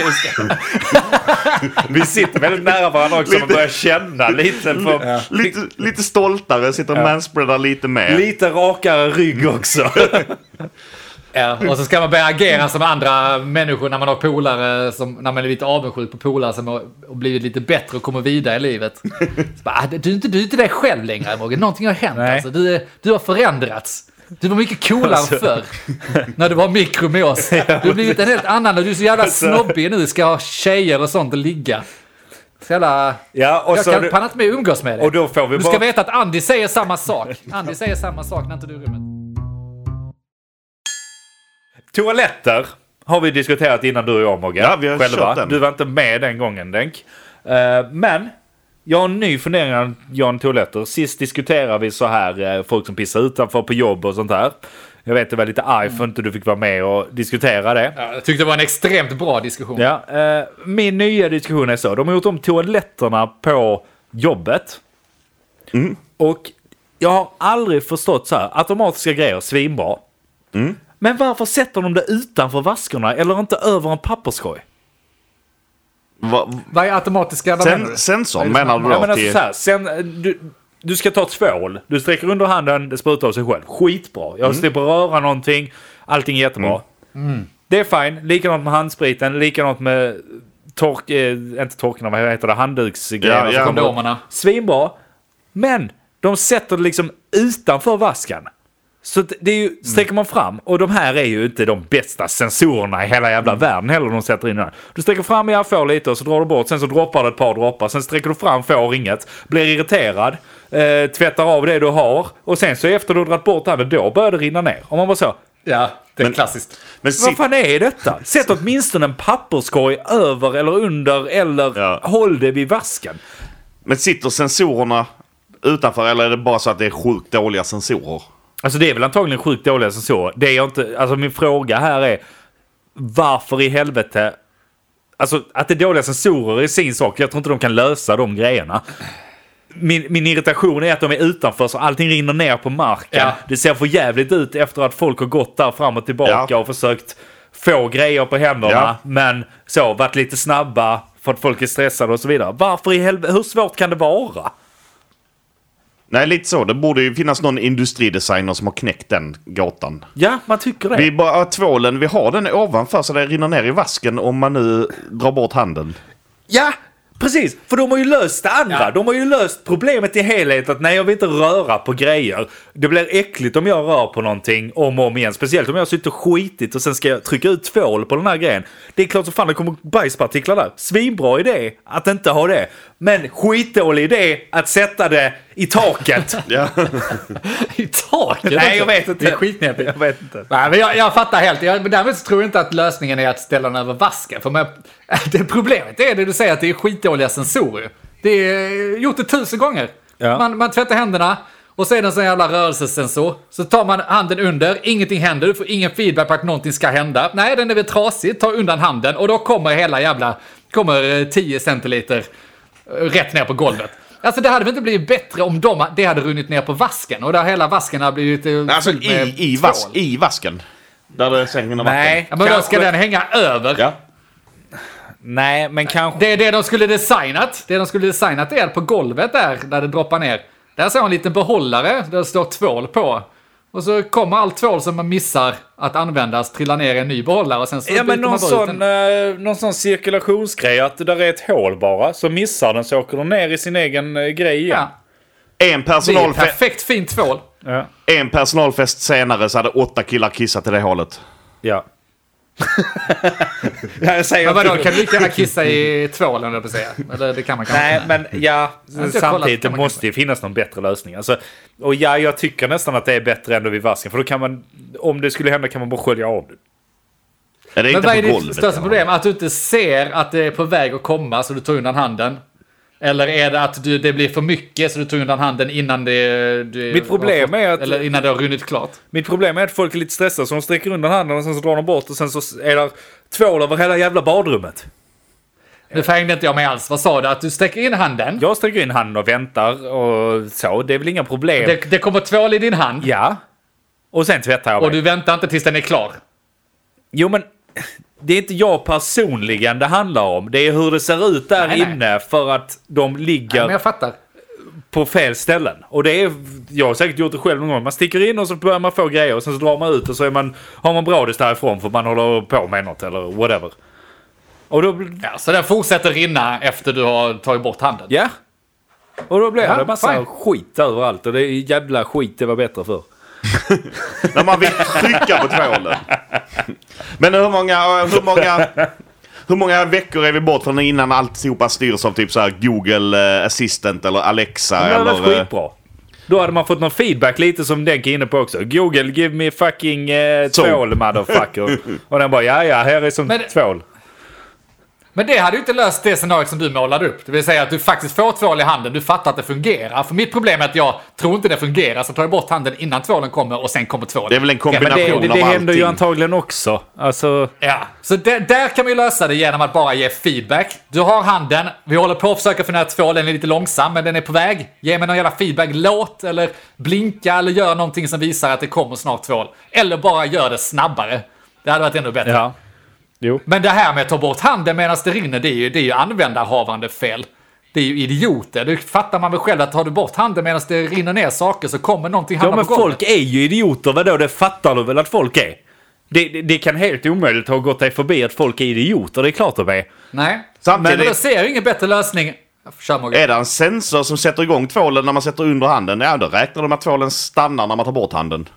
Vi sitter väldigt nära varandra också och börjar känna lite på... Lite stoltare, sitter och manspreadar lite mer. Lite rakare rygg också. Ja, och så ska man börja agera som andra människor när man har polare, när man är lite avundsjuk på polare som har blivit lite bättre och kommer vidare i livet. Så bara, du är inte dig själv längre, Morgan. Någonting har hänt. Alltså. Du har förändrats. Du var mycket coolare förr. När du var mikro med oss. Du har blivit en helt annan och du är så jävla snobbig nu. Ska ha tjejer och sånt att ligga. Så jävla... Ja, och jag så kan inte med umgås med dig. Och då får vi du ska veta att Andy säger samma sak. Andy säger samma sak när inte du är i rummet. Toaletter har vi diskuterat innan du och jag, Mogge. Ja, vi har kört den. Du var inte med den gången, Denk. Men jag har en ny fundering om Jan toaletter. Sist diskuterade vi så här folk som pissar utanför på jobb och sånt här. Jag vet, det var lite arg för inte du fick vara med och diskutera det. Ja, jag tyckte det var en extremt bra diskussion. Ja, min nya diskussion är så. De har gjort om toaletterna på jobbet. Och jag har aldrig förstått så här. Automatiska grejer, svinbra. Men varför sätter de det utanför vaskorna eller inte över en papperskorg? Vad är automatiska? Sensorn menar du då? Ja, men alltså så här, du ska ta tvål. Du sträcker under handen, det sprutar av sig själv. Skitbra. Jag slipper röra någonting. Allting är jättebra. Det är fine. Likadant med handspriten. Likadant med inte torkarna, vad heter det? Handduksgrejer. Ja, kondomerna. Svinbra. Men de sätter det liksom utanför vasken. Så det är ju, sträcker man fram, och de här är ju inte de bästa sensorerna i hela jävla världen heller de sätter in där. Du sträcker fram, får lite och så drar du bort, sen så droppar det ett par droppar, sen sträcker du fram, får inget, blir irriterad, tvättar av det du har, och sen så efter du har dragit bort handen, då börjar det rinna ner. Om man bara så. Ja, det är klassiskt. Men Vad fan är detta? Sätt åtminstone en papperskorg över eller under, eller håll det vid vasken. Men sitter sensorerna utanför, eller är det bara så att det är sjukt dåliga sensorer? Alltså det är väl antagligen sjukt dåliga sensorer. Det är jag inte, alltså min fråga här är varför i helvete, alltså att det är dåliga sensorer är sin sak. Jag tror inte de kan lösa de grejerna. Min irritation är att de är utanför så allting rinner ner på marken. Ja. Det ser för jävligt ut efter att folk har gått där fram och tillbaka och försökt få grejer på händerna, men så varit lite snabba för att folk är stressade och så vidare. Varför i helvete, hur svårt kan det vara? Nej, lite så. Det borde ju finnas någon industridesigner som har knäckt den gåtan. Ja, man tycker det. Vi bara tvålen, vi har den ovanför så det rinner ner i vasken om man nu drar bort handen. Ja, precis. För de har ju löst det andra. Ja. De har ju löst problemet i helhet att nej, jag vill inte röra på grejer. Det blir äckligt om jag rör på någonting om och om igen. Speciellt om jag sitter skitigt och sen ska jag trycka ut tvål på den här grejen. Det är klart så fan det kommer bajspartiklar där. Svinbra idé att inte ha det. Men skitdålig idé att sätta det i taket. Ja. I taket? Nej, jag vet inte. Det är skitnäpigt. Jag vet inte. Nej, men jag fattar helt. Men därmed så tror jag inte att lösningen är att ställa den över vasken. För det problemet är det du säger att det är skitdåliga sensorer. Det är gjort det 1000 gånger. Ja. Man tvättar händerna och så är det en sån jävla rörelsesensor. Så tar man handen under, ingenting händer, du får ingen feedback på att någonting ska hända. Nej, den är väl trasig, ta undan handen och då kommer hela jävla, 10 centiliter rätt ner på golvet. Alltså det hade väl inte blivit bättre om det hade runnit ner på vasken och där hela vasken hade blivit alltså i vasken. Där det sängen och vatten. Nej, ja, men då ska den hänga över. Ja. Nej, men kanske... Det är det de skulle designat. Det de skulle designat är på golvet där det droppar ner. Där ser en liten behållare där det står tvål på. Och så kommer all tvål som man missar att användas trilla ner i en ny behållare och sen så men någon sån cirkulationsgrej att det där är ett hål bara så missar den så åker den ner i sin egen grej igen. Ja. En Det är perfekt fint tvål. Ja. En personalfest senare så hade 8 killar kissat i det hålet. Ja. Jag säger men vadå, kan du lika gärna kissa i tvålen eller på säga? Eller det kan man kanske. Nej, men samtidigt det måste ju finnas någon bättre lösning. Alltså, och jag tycker nästan att det är bättre än vid vasken. För då kan man, om det skulle hända kan man bara skölja av det. Men vad är ditt största problem? Att du inte ser att det är på väg att komma så du tar undan handen? Eller är det att det blir för mycket så du tar undan handen innan mitt problem är att... Eller innan det har runnit klart? Mitt problem är att folk är lite stressade så de sträcker undan handen och sen så drar de bort och sen så är det tvål över hela jävla badrummet. Nu hängde inte jag med alls. Vad sa du? Att du sträcker in handen? Jag sträcker in handen och väntar och så. Det är väl inga problem. Det kommer tvål i din hand? Ja. Och sen tvättar jag. Och du väntar inte tills den är klar? Jo, men... Det är inte jag personligen det handlar om. Det är hur det ser ut där inne för att de ligger men jag fattar. På fel ställen. Och det är, jag har säkert gjort det själv någon gång. Man sticker in och så börjar man få grejer och sen så drar man ut och så har man brådis därifrån för man håller på med något eller whatever. Och då, så den fortsätter rinna efter du har tagit bort handen? Ja. Och då blir det massa skit överallt och det är jävla skit det var bättre för. När man vill trycka på tvålen. Men hur många veckor är vi bort från innan alltihopa styrs av typ så här Google Assistant eller Alexa? Det var skitbra. Då hade man fått någon feedback lite som den inne på också. Google, give me fucking tvål, motherfucker. Och den bara, ja, här är som tvål. Men det hade ju inte löst det scenariot som du målade upp. Det vill säga att du faktiskt får tvål i handen, du fattar att det fungerar. För mitt problem är att jag tror inte det fungerar, så tar jag bort handen innan tvålen kommer och sen kommer tvålen. Det är väl en kombination av det händer ju allting. antagligen också. Alltså... Ja, så där kan vi lösa det genom att bara ge feedback. Du har handen, vi håller på att försöka finna tvål, den är lite långsam men den är på väg. Ge mig någon jävla feedback, låt eller blinka eller gör någonting som visar att det kommer snart tvål. Eller bara gör det snabbare. Det hade varit ännu bättre. Ja. Jo. Men det här med att ta bort handen medan det rinner, det är ju användarhavande fel. Det är ju idioter. Det fattar man väl själv att tar du bort handen medan det rinner ner saker så kommer någonting hamna men på golvet. folk är ju idioter, vadå? Det fattar du väl att folk är? Det kan helt omöjligt ha gått dig förbi att folk är idioter, det är klart de är. Nej, Samtidigt- men då ser jag ingen bättre lösning. Är det en sensor som sätter igång tvålen när man sätter under handen? Ja, då räknar de att tvålen stannar när man tar bort handen.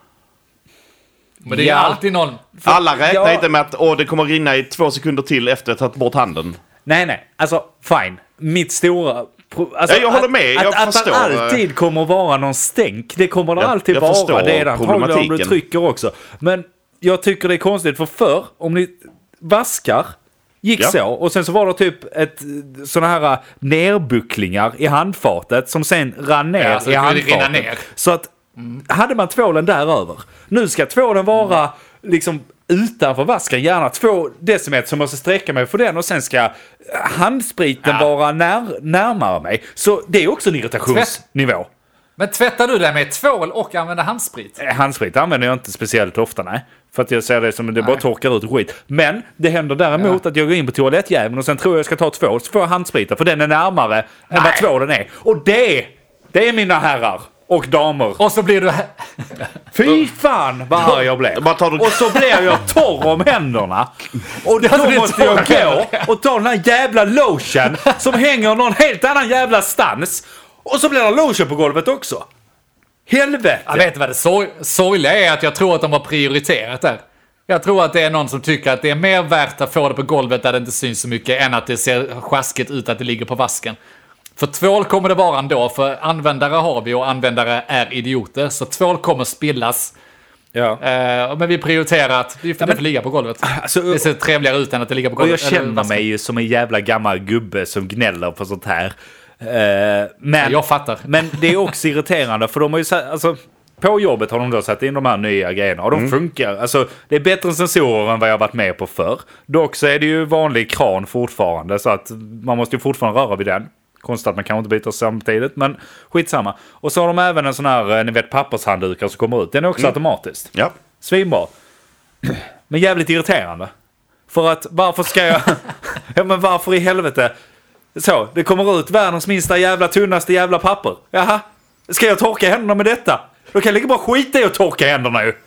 Men det är alltid någon... Alla räknar inte med att det kommer rinna i 2 sekunder till efter att ha tagit bort handen. Nej, alltså fine. Mitt stora... Alltså, Ja, jag håller med, jag förstår. Att det alltid kommer vara någon stänk, det kommer det alltid jag vara. förstår Det är det antagligen om du problematiken. trycker också. Men jag tycker det är konstigt, för om ni vaskar, gick så, och sen så var det typ såna här nerbucklingar i handfatet som sen rann ner så i det handfatet. rinna ner. Så att hade man tvålen där över. Nu ska tvålen vara liksom utanför vasken, gärna 2 decimeter som måste sträcka mig för den, och sen ska handspriten vara närmare mig. Så det är också en irritationsnivå. Men tvättar du det med tvål och använder handsprit? Handsprit använder jag inte speciellt ofta, nej. För att jag ser det som det bara torkar ut skit. Men det händer däremot att jag går in på toalettjäveln och sen tror jag ska ta tvål, så får jag handsprita för den är närmare än vad tvålen är. Och det är mina herrar och damer. Och så blir du... Fy fan vad arg jag blev. Och så blir jag torr om händerna. Och då måste jag gå och ta den här jävla lotion som hänger någon helt annan jävla stans. Och så blir det lotion på golvet också. Helvete. Jag vet vad det sorgliga är, att jag tror att de har prioriterat det. Jag tror att det är någon som tycker att det är mer värt att få det på golvet där det inte syns så mycket än att det ser sjaskigt ut att det ligger på vasken. För tvål kommer det vara ändå, för användare har vi och användare är idioter. Så tvål kommer spillas. Ja. Men vi prioriterar att det får ligga på golvet. Alltså, det ser trevligare ut än att det ligger på och golvet. jag känner mig ju som en jävla gammal gubbe som gnäller på sånt här. Men, jag fattar. Men det är också irriterande, för de har ju alltså, på jobbet har de då satt in de här nya grejerna och de funkar. Alltså, det är bättre än sensorer än vad jag har varit med på förr. Dock så är det ju vanlig kran fortfarande, så att man måste ju fortfarande röra vid den. Konstigt att man kan inte byta samtidigt, men skitsamma. Och så har de även en sån här, ni vet, pappershanddukar som kommer ut. Den är också automatiskt. Ja. Svinbra. Men jävligt irriterande. För att, varför ska jag... ja, men varför i helvete... Så, det kommer ut världens minsta jävla tunnaste jävla papper. Jaha, ska jag torka händerna med detta? Då kan jag lika bara skita i att torka händerna ju.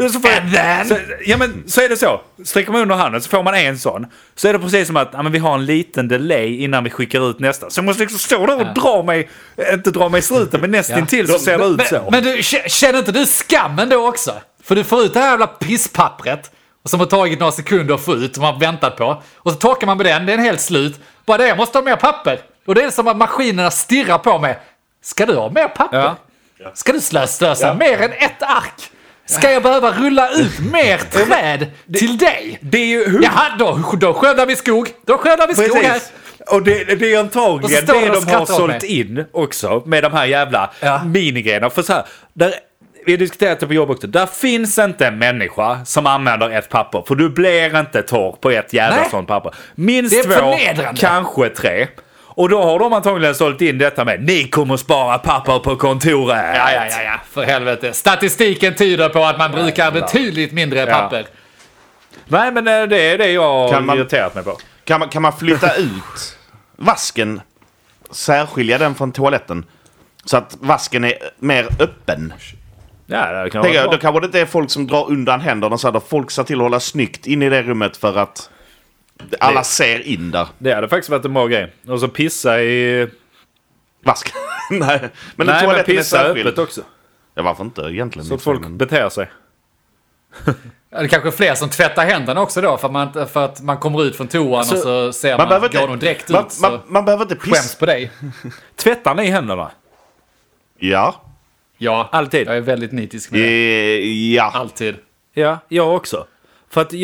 Så är det så. Sträcker man under handen så får man en sån. Så är det precis som att men vi har en liten delay innan vi skickar ut nästa. Så jag måste liksom stå där och dra mig i slutet, men nästintill så ser det ut så. Men du, känner inte du skammen då också? För du får ut det här jävla pisspappret och som har tagit några sekunder att få ut som man har väntat på. Och så torkar man med den, det är en helt slut. Bara det, jag måste ha mer papper. Och det är som att maskinerna stirrar på mig. Ska du ha mer papper? Ja. Ska du slösa mer än ett ark? Ska jag behöva rulla ut mer träd till dig? Det är ju... Jaha, då skördar vi skog. Då skördar vi skog här. Och det är antagligen det de har skrattar åt sålt mig. in också med de här jävla minigrejerna. För så här, vi har diskuterat det på jobb också. Där finns inte en människa som använder ett papper. För du blir inte torr på ett jävla sånt papper. Minst 2, kanske 3. Och då har de antagligen sålt in detta med ni kommer spara papper på kontoret. Ja, för helvete. Statistiken tyder på att man brukar betydligt mindre papper. Nej, men det är det jag har irriterat mig på. Kan man flytta ut vasken, särskilja den från toaletten, så att vasken är mer öppen? Ja, det kan vara Då kanske det inte är folk som drar undan händerna, så att folk ser till att hålla snyggt in i det rummet för att alla ser in där. Det hade faktiskt varit en bra grej. Och så pissa i... Vask. Nej, men pissa öppet också. Ja, varför inte egentligen? Så att folk beter sig. Det är kanske fler som tvättar händerna också då, för att man kommer ut från toan och så ser man går de direkt ut. Man behöver inte Skäms på dig. Tvättar ni händerna? Ja. Ja, Alltid. Jag är väldigt nitisk med det. Ja. Alltid. Ja, jag också. För att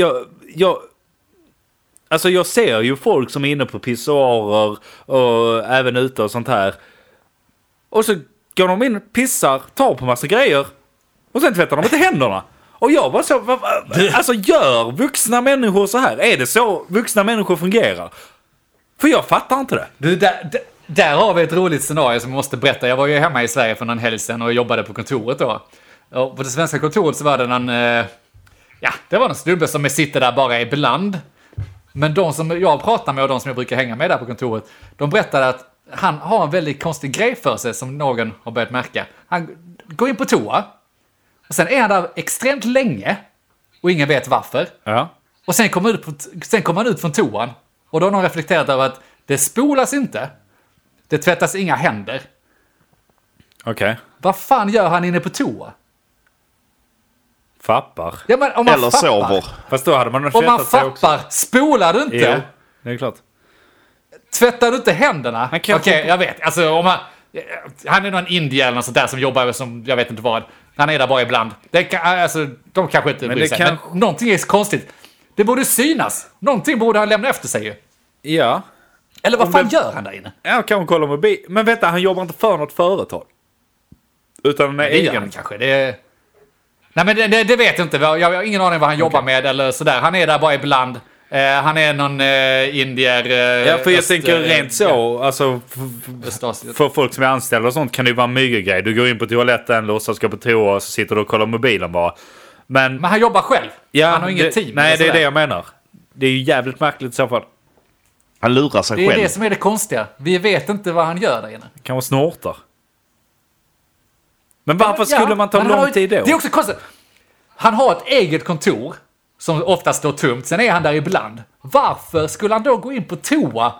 alltså jag ser ju folk som är inne på pissoarer och även ute och sånt här. Och så går de in, pissar, tar på massa grejer och sen tvättar de inte händerna. Och jag var så, alltså gör vuxna människor så här? Är det så vuxna människor fungerar? För jag fattar inte det. Du, där har vi ett roligt scenario som jag måste berätta. Jag var ju hemma i Sverige för någon helg sedan och jobbade på kontoret då. Och på det svenska kontoret så var det det var en snubbe som sitter där bara ibland. Men de som jag pratar med och de som jag brukar hänga med där på kontoret, de berättade att han har en väldigt konstig grej för sig som någon har börjat märka. Han går in på toa och sen är han där extremt länge och ingen vet varför. Ja. Och sen kommer han ut från toan och då har någon reflekterat över att det spolas inte. Det tvättas inga händer. Okej. Vad fan gör han inne på toa? Fappar. Ja, men om man Eller fappar, sover. Fast då hade man om man tvättat sig också. fappar, spolar du inte? Jo, det är klart. Tvättar du inte händerna? Han kanske- Okej, jag vet. Alltså, om han är någon indier eller något sånt där som jobbar som jag vet inte vad. Han är där bara ibland. De kanske inte bryr sig. kan- Men någonting är konstigt. Det borde synas. Någonting borde han lämna efter sig ju. Ja. Eller vad Om fan det- gör han där inne? Jag kan kolla mobil. Men vänta, han jobbar inte för något företag. Utan en Det gör egen. han kanske. Nej, men det vet jag inte. Jag har ingen aning vad han jobbar med eller sådär. Han är där bara ibland. Han är någon indier... Ja, för jag tänker rent så. Alltså, Östasien. för folk som är anställda och sånt kan det ju vara en myggegrej. Du går in på toaletten, låtsas gå på toa och så sitter du och kollar mobilen bara. Men Men han jobbar själv. ja, Han har inget team. Nej, eller det är sådär. det jag menar. Det är ju jävligt märkligt i så fall. Han lurar sig Det är själv. det som är det konstiga. Vi vet inte vad han gör där inne. Kan vara snortar. Men varför skulle man ta men han har lång tid då? Det är också konstigt. Han har ett eget kontor som ofta står tomt. Sen är han där ibland. Varför skulle han då gå in på toa?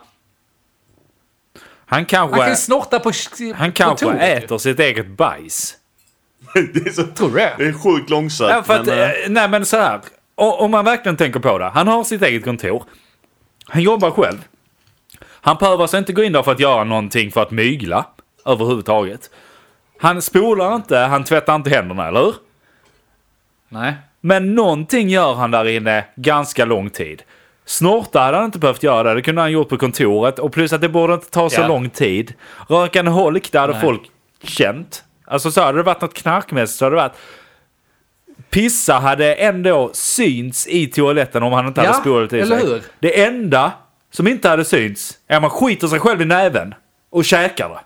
Han kanske, Han kan ju snorta på han kanske kontoret, äter sitt eget bajs. Det är så, Tror du det? det är sjukt långsamt. Ja, för att, men, nej men så här. Om man verkligen tänker på det. Han har sitt eget kontor. Han jobbar själv. Han behöver sig inte gå in där för att göra någonting för att mygla. Överhuvudtaget. Han spolar inte, han tvättar inte händerna, eller hur? Nej. Men någonting gör han där inne ganska lång tid. Snorta hade han inte behövt göra det. Det kunde han gjort på kontoret. Och plus att det borde inte ta så Ja. lång tid. Röka en holk, det hade Nej. folk känt. Alltså så hade det varit något knarkmässigt så hade det varit... Pissa hade ändå synts i toaletten om han inte hade spolat i eller sig. hur? Det enda som inte hade synts är att man skiter sig själv i näven och käkar det.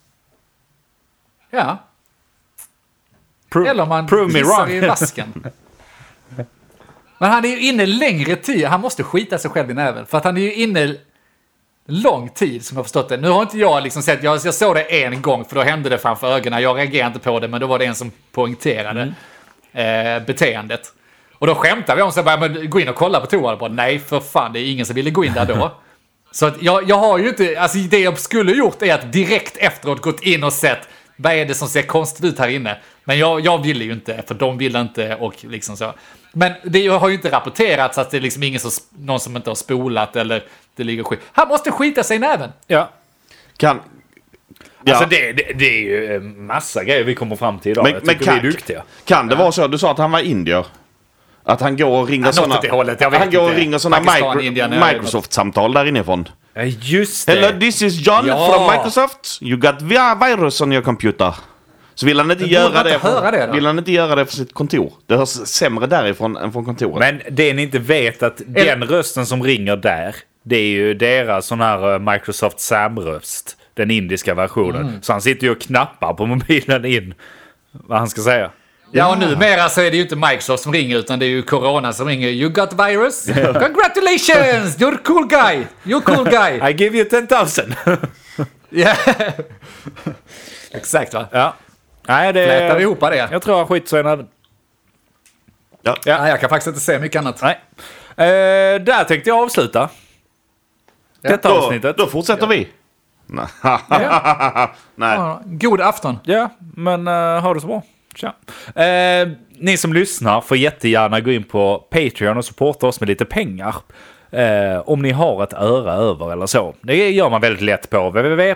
Ja. Eller om man prove me pissar wrong. i vasken. Men han är ju inne längre tid. Han måste skita sig själv i näven. För att han är ju inne lång tid som jag har förstått det. Nu har inte jag liksom sett, jag såg det en gång för då hände det framför ögonen. Jag reagerade inte på det men då var det en som poängterade beteendet. Och då skämtade vi om så bara, men gå in och kolla på toan. Bara, nej för fan, det är ingen som ville gå in där då. Så att jag har ju inte, alltså det jag skulle gjort är att direkt efteråt gått in och sett vad är det som ser konstigt ut här inne. Men jag ville ju inte, för de ville inte och liksom så. Men det har ju inte rapporterats att det är liksom någon som inte har spolat eller det ligger skit. Han måste skita sig i näven. Ja. kan... Ja. Alltså det är ju en massa grejer vi kommer fram till idag. Jag tycker vi är duktiga. Kan det vara så? Du sa att han var indier. Att han går och ringer något sådana... åt det hållet, jag vet Han går och inte. ringer sådana Pakistan, Indien, jag vet Microsoft-samtal där inifrån. Ja, just det. Hello, this is John Ja. from Microsoft. You got virus on your computer. Så vill han inte Men göra borde man det. inte höra det då? Vill han inte göra det för sitt kontor? Det hörs sämre därifrån än från kontoret. Men det ni inte vet att den rösten som ringer där, det är ju deras sån här Microsoft Sam-röst. Den indiska versionen. Så han sitter ju och knappar på mobilen in vad han ska säga. Ja, och numera så är det ju inte Microsoft som ringer utan det är ju Corona som ringer. You got virus? Congratulations! You're a cool guy! You're a cool guy! I give you 10,000. Ja. Exakt va? Ja. Nej, det Flätar vi ihop det? Jag tror han skiter sig i den. Ja. Nej, jag kan faktiskt inte se mycket annat. Nej. Där tänkte jag avsluta. Detta avsnittet. Då fortsätter vi. Nej. Ja, god afton. Ja, men ha det så bra. Tja. Ni som lyssnar får jättegärna gå in på Patreon och supporta oss med lite pengar. Om ni har ett öra över eller så. Det gör man väldigt lätt på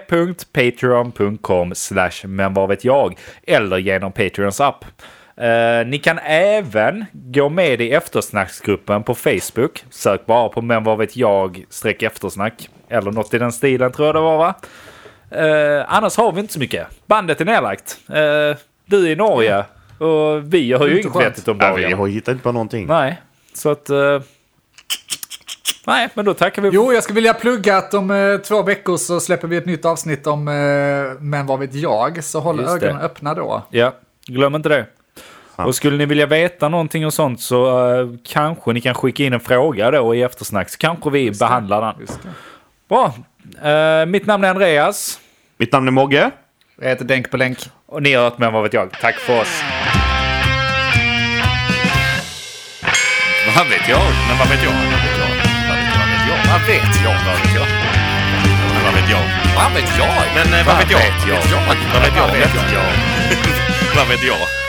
www.patreon.com/menvarvetjag eller genom Patreons app. Ni kan även gå med i eftersnacksgruppen på Facebook. Sök bara på Men vad vet jag --eftersnack. Eller något i den stilen tror jag det var, va? Annars har vi inte så mycket. Bandet är nedlagt. Du är i Norge och vi har ju inget vettigt om dagen. Vi har hittat inte på någonting. Nej, så att... nej, men då tackar vi. Jo, jag skulle vilja plugga att om 2 veckor så släpper vi ett nytt avsnitt om Men vad vet jag. Så håll ögonen öppna då. Ja, glöm inte det. Och skulle ni vilja veta någonting och sånt så kanske ni kan skicka in en fråga då i eftersnack. Så kanske vi behandlar den. Bra. Mitt namn är Andreas. Mitt namn är Mogge. Jag heter Denk på länk. Och ni har hört Men vad vet jag. Tack för oss. Vad vet jag? Men vad vet jag? Vad vet jag? Vad vet jag? Vad vet jag? Men vad vet jag? Vad vet jag? Men vad vet jag? Vad vet jag? Vad vet jag? Vad vet jag?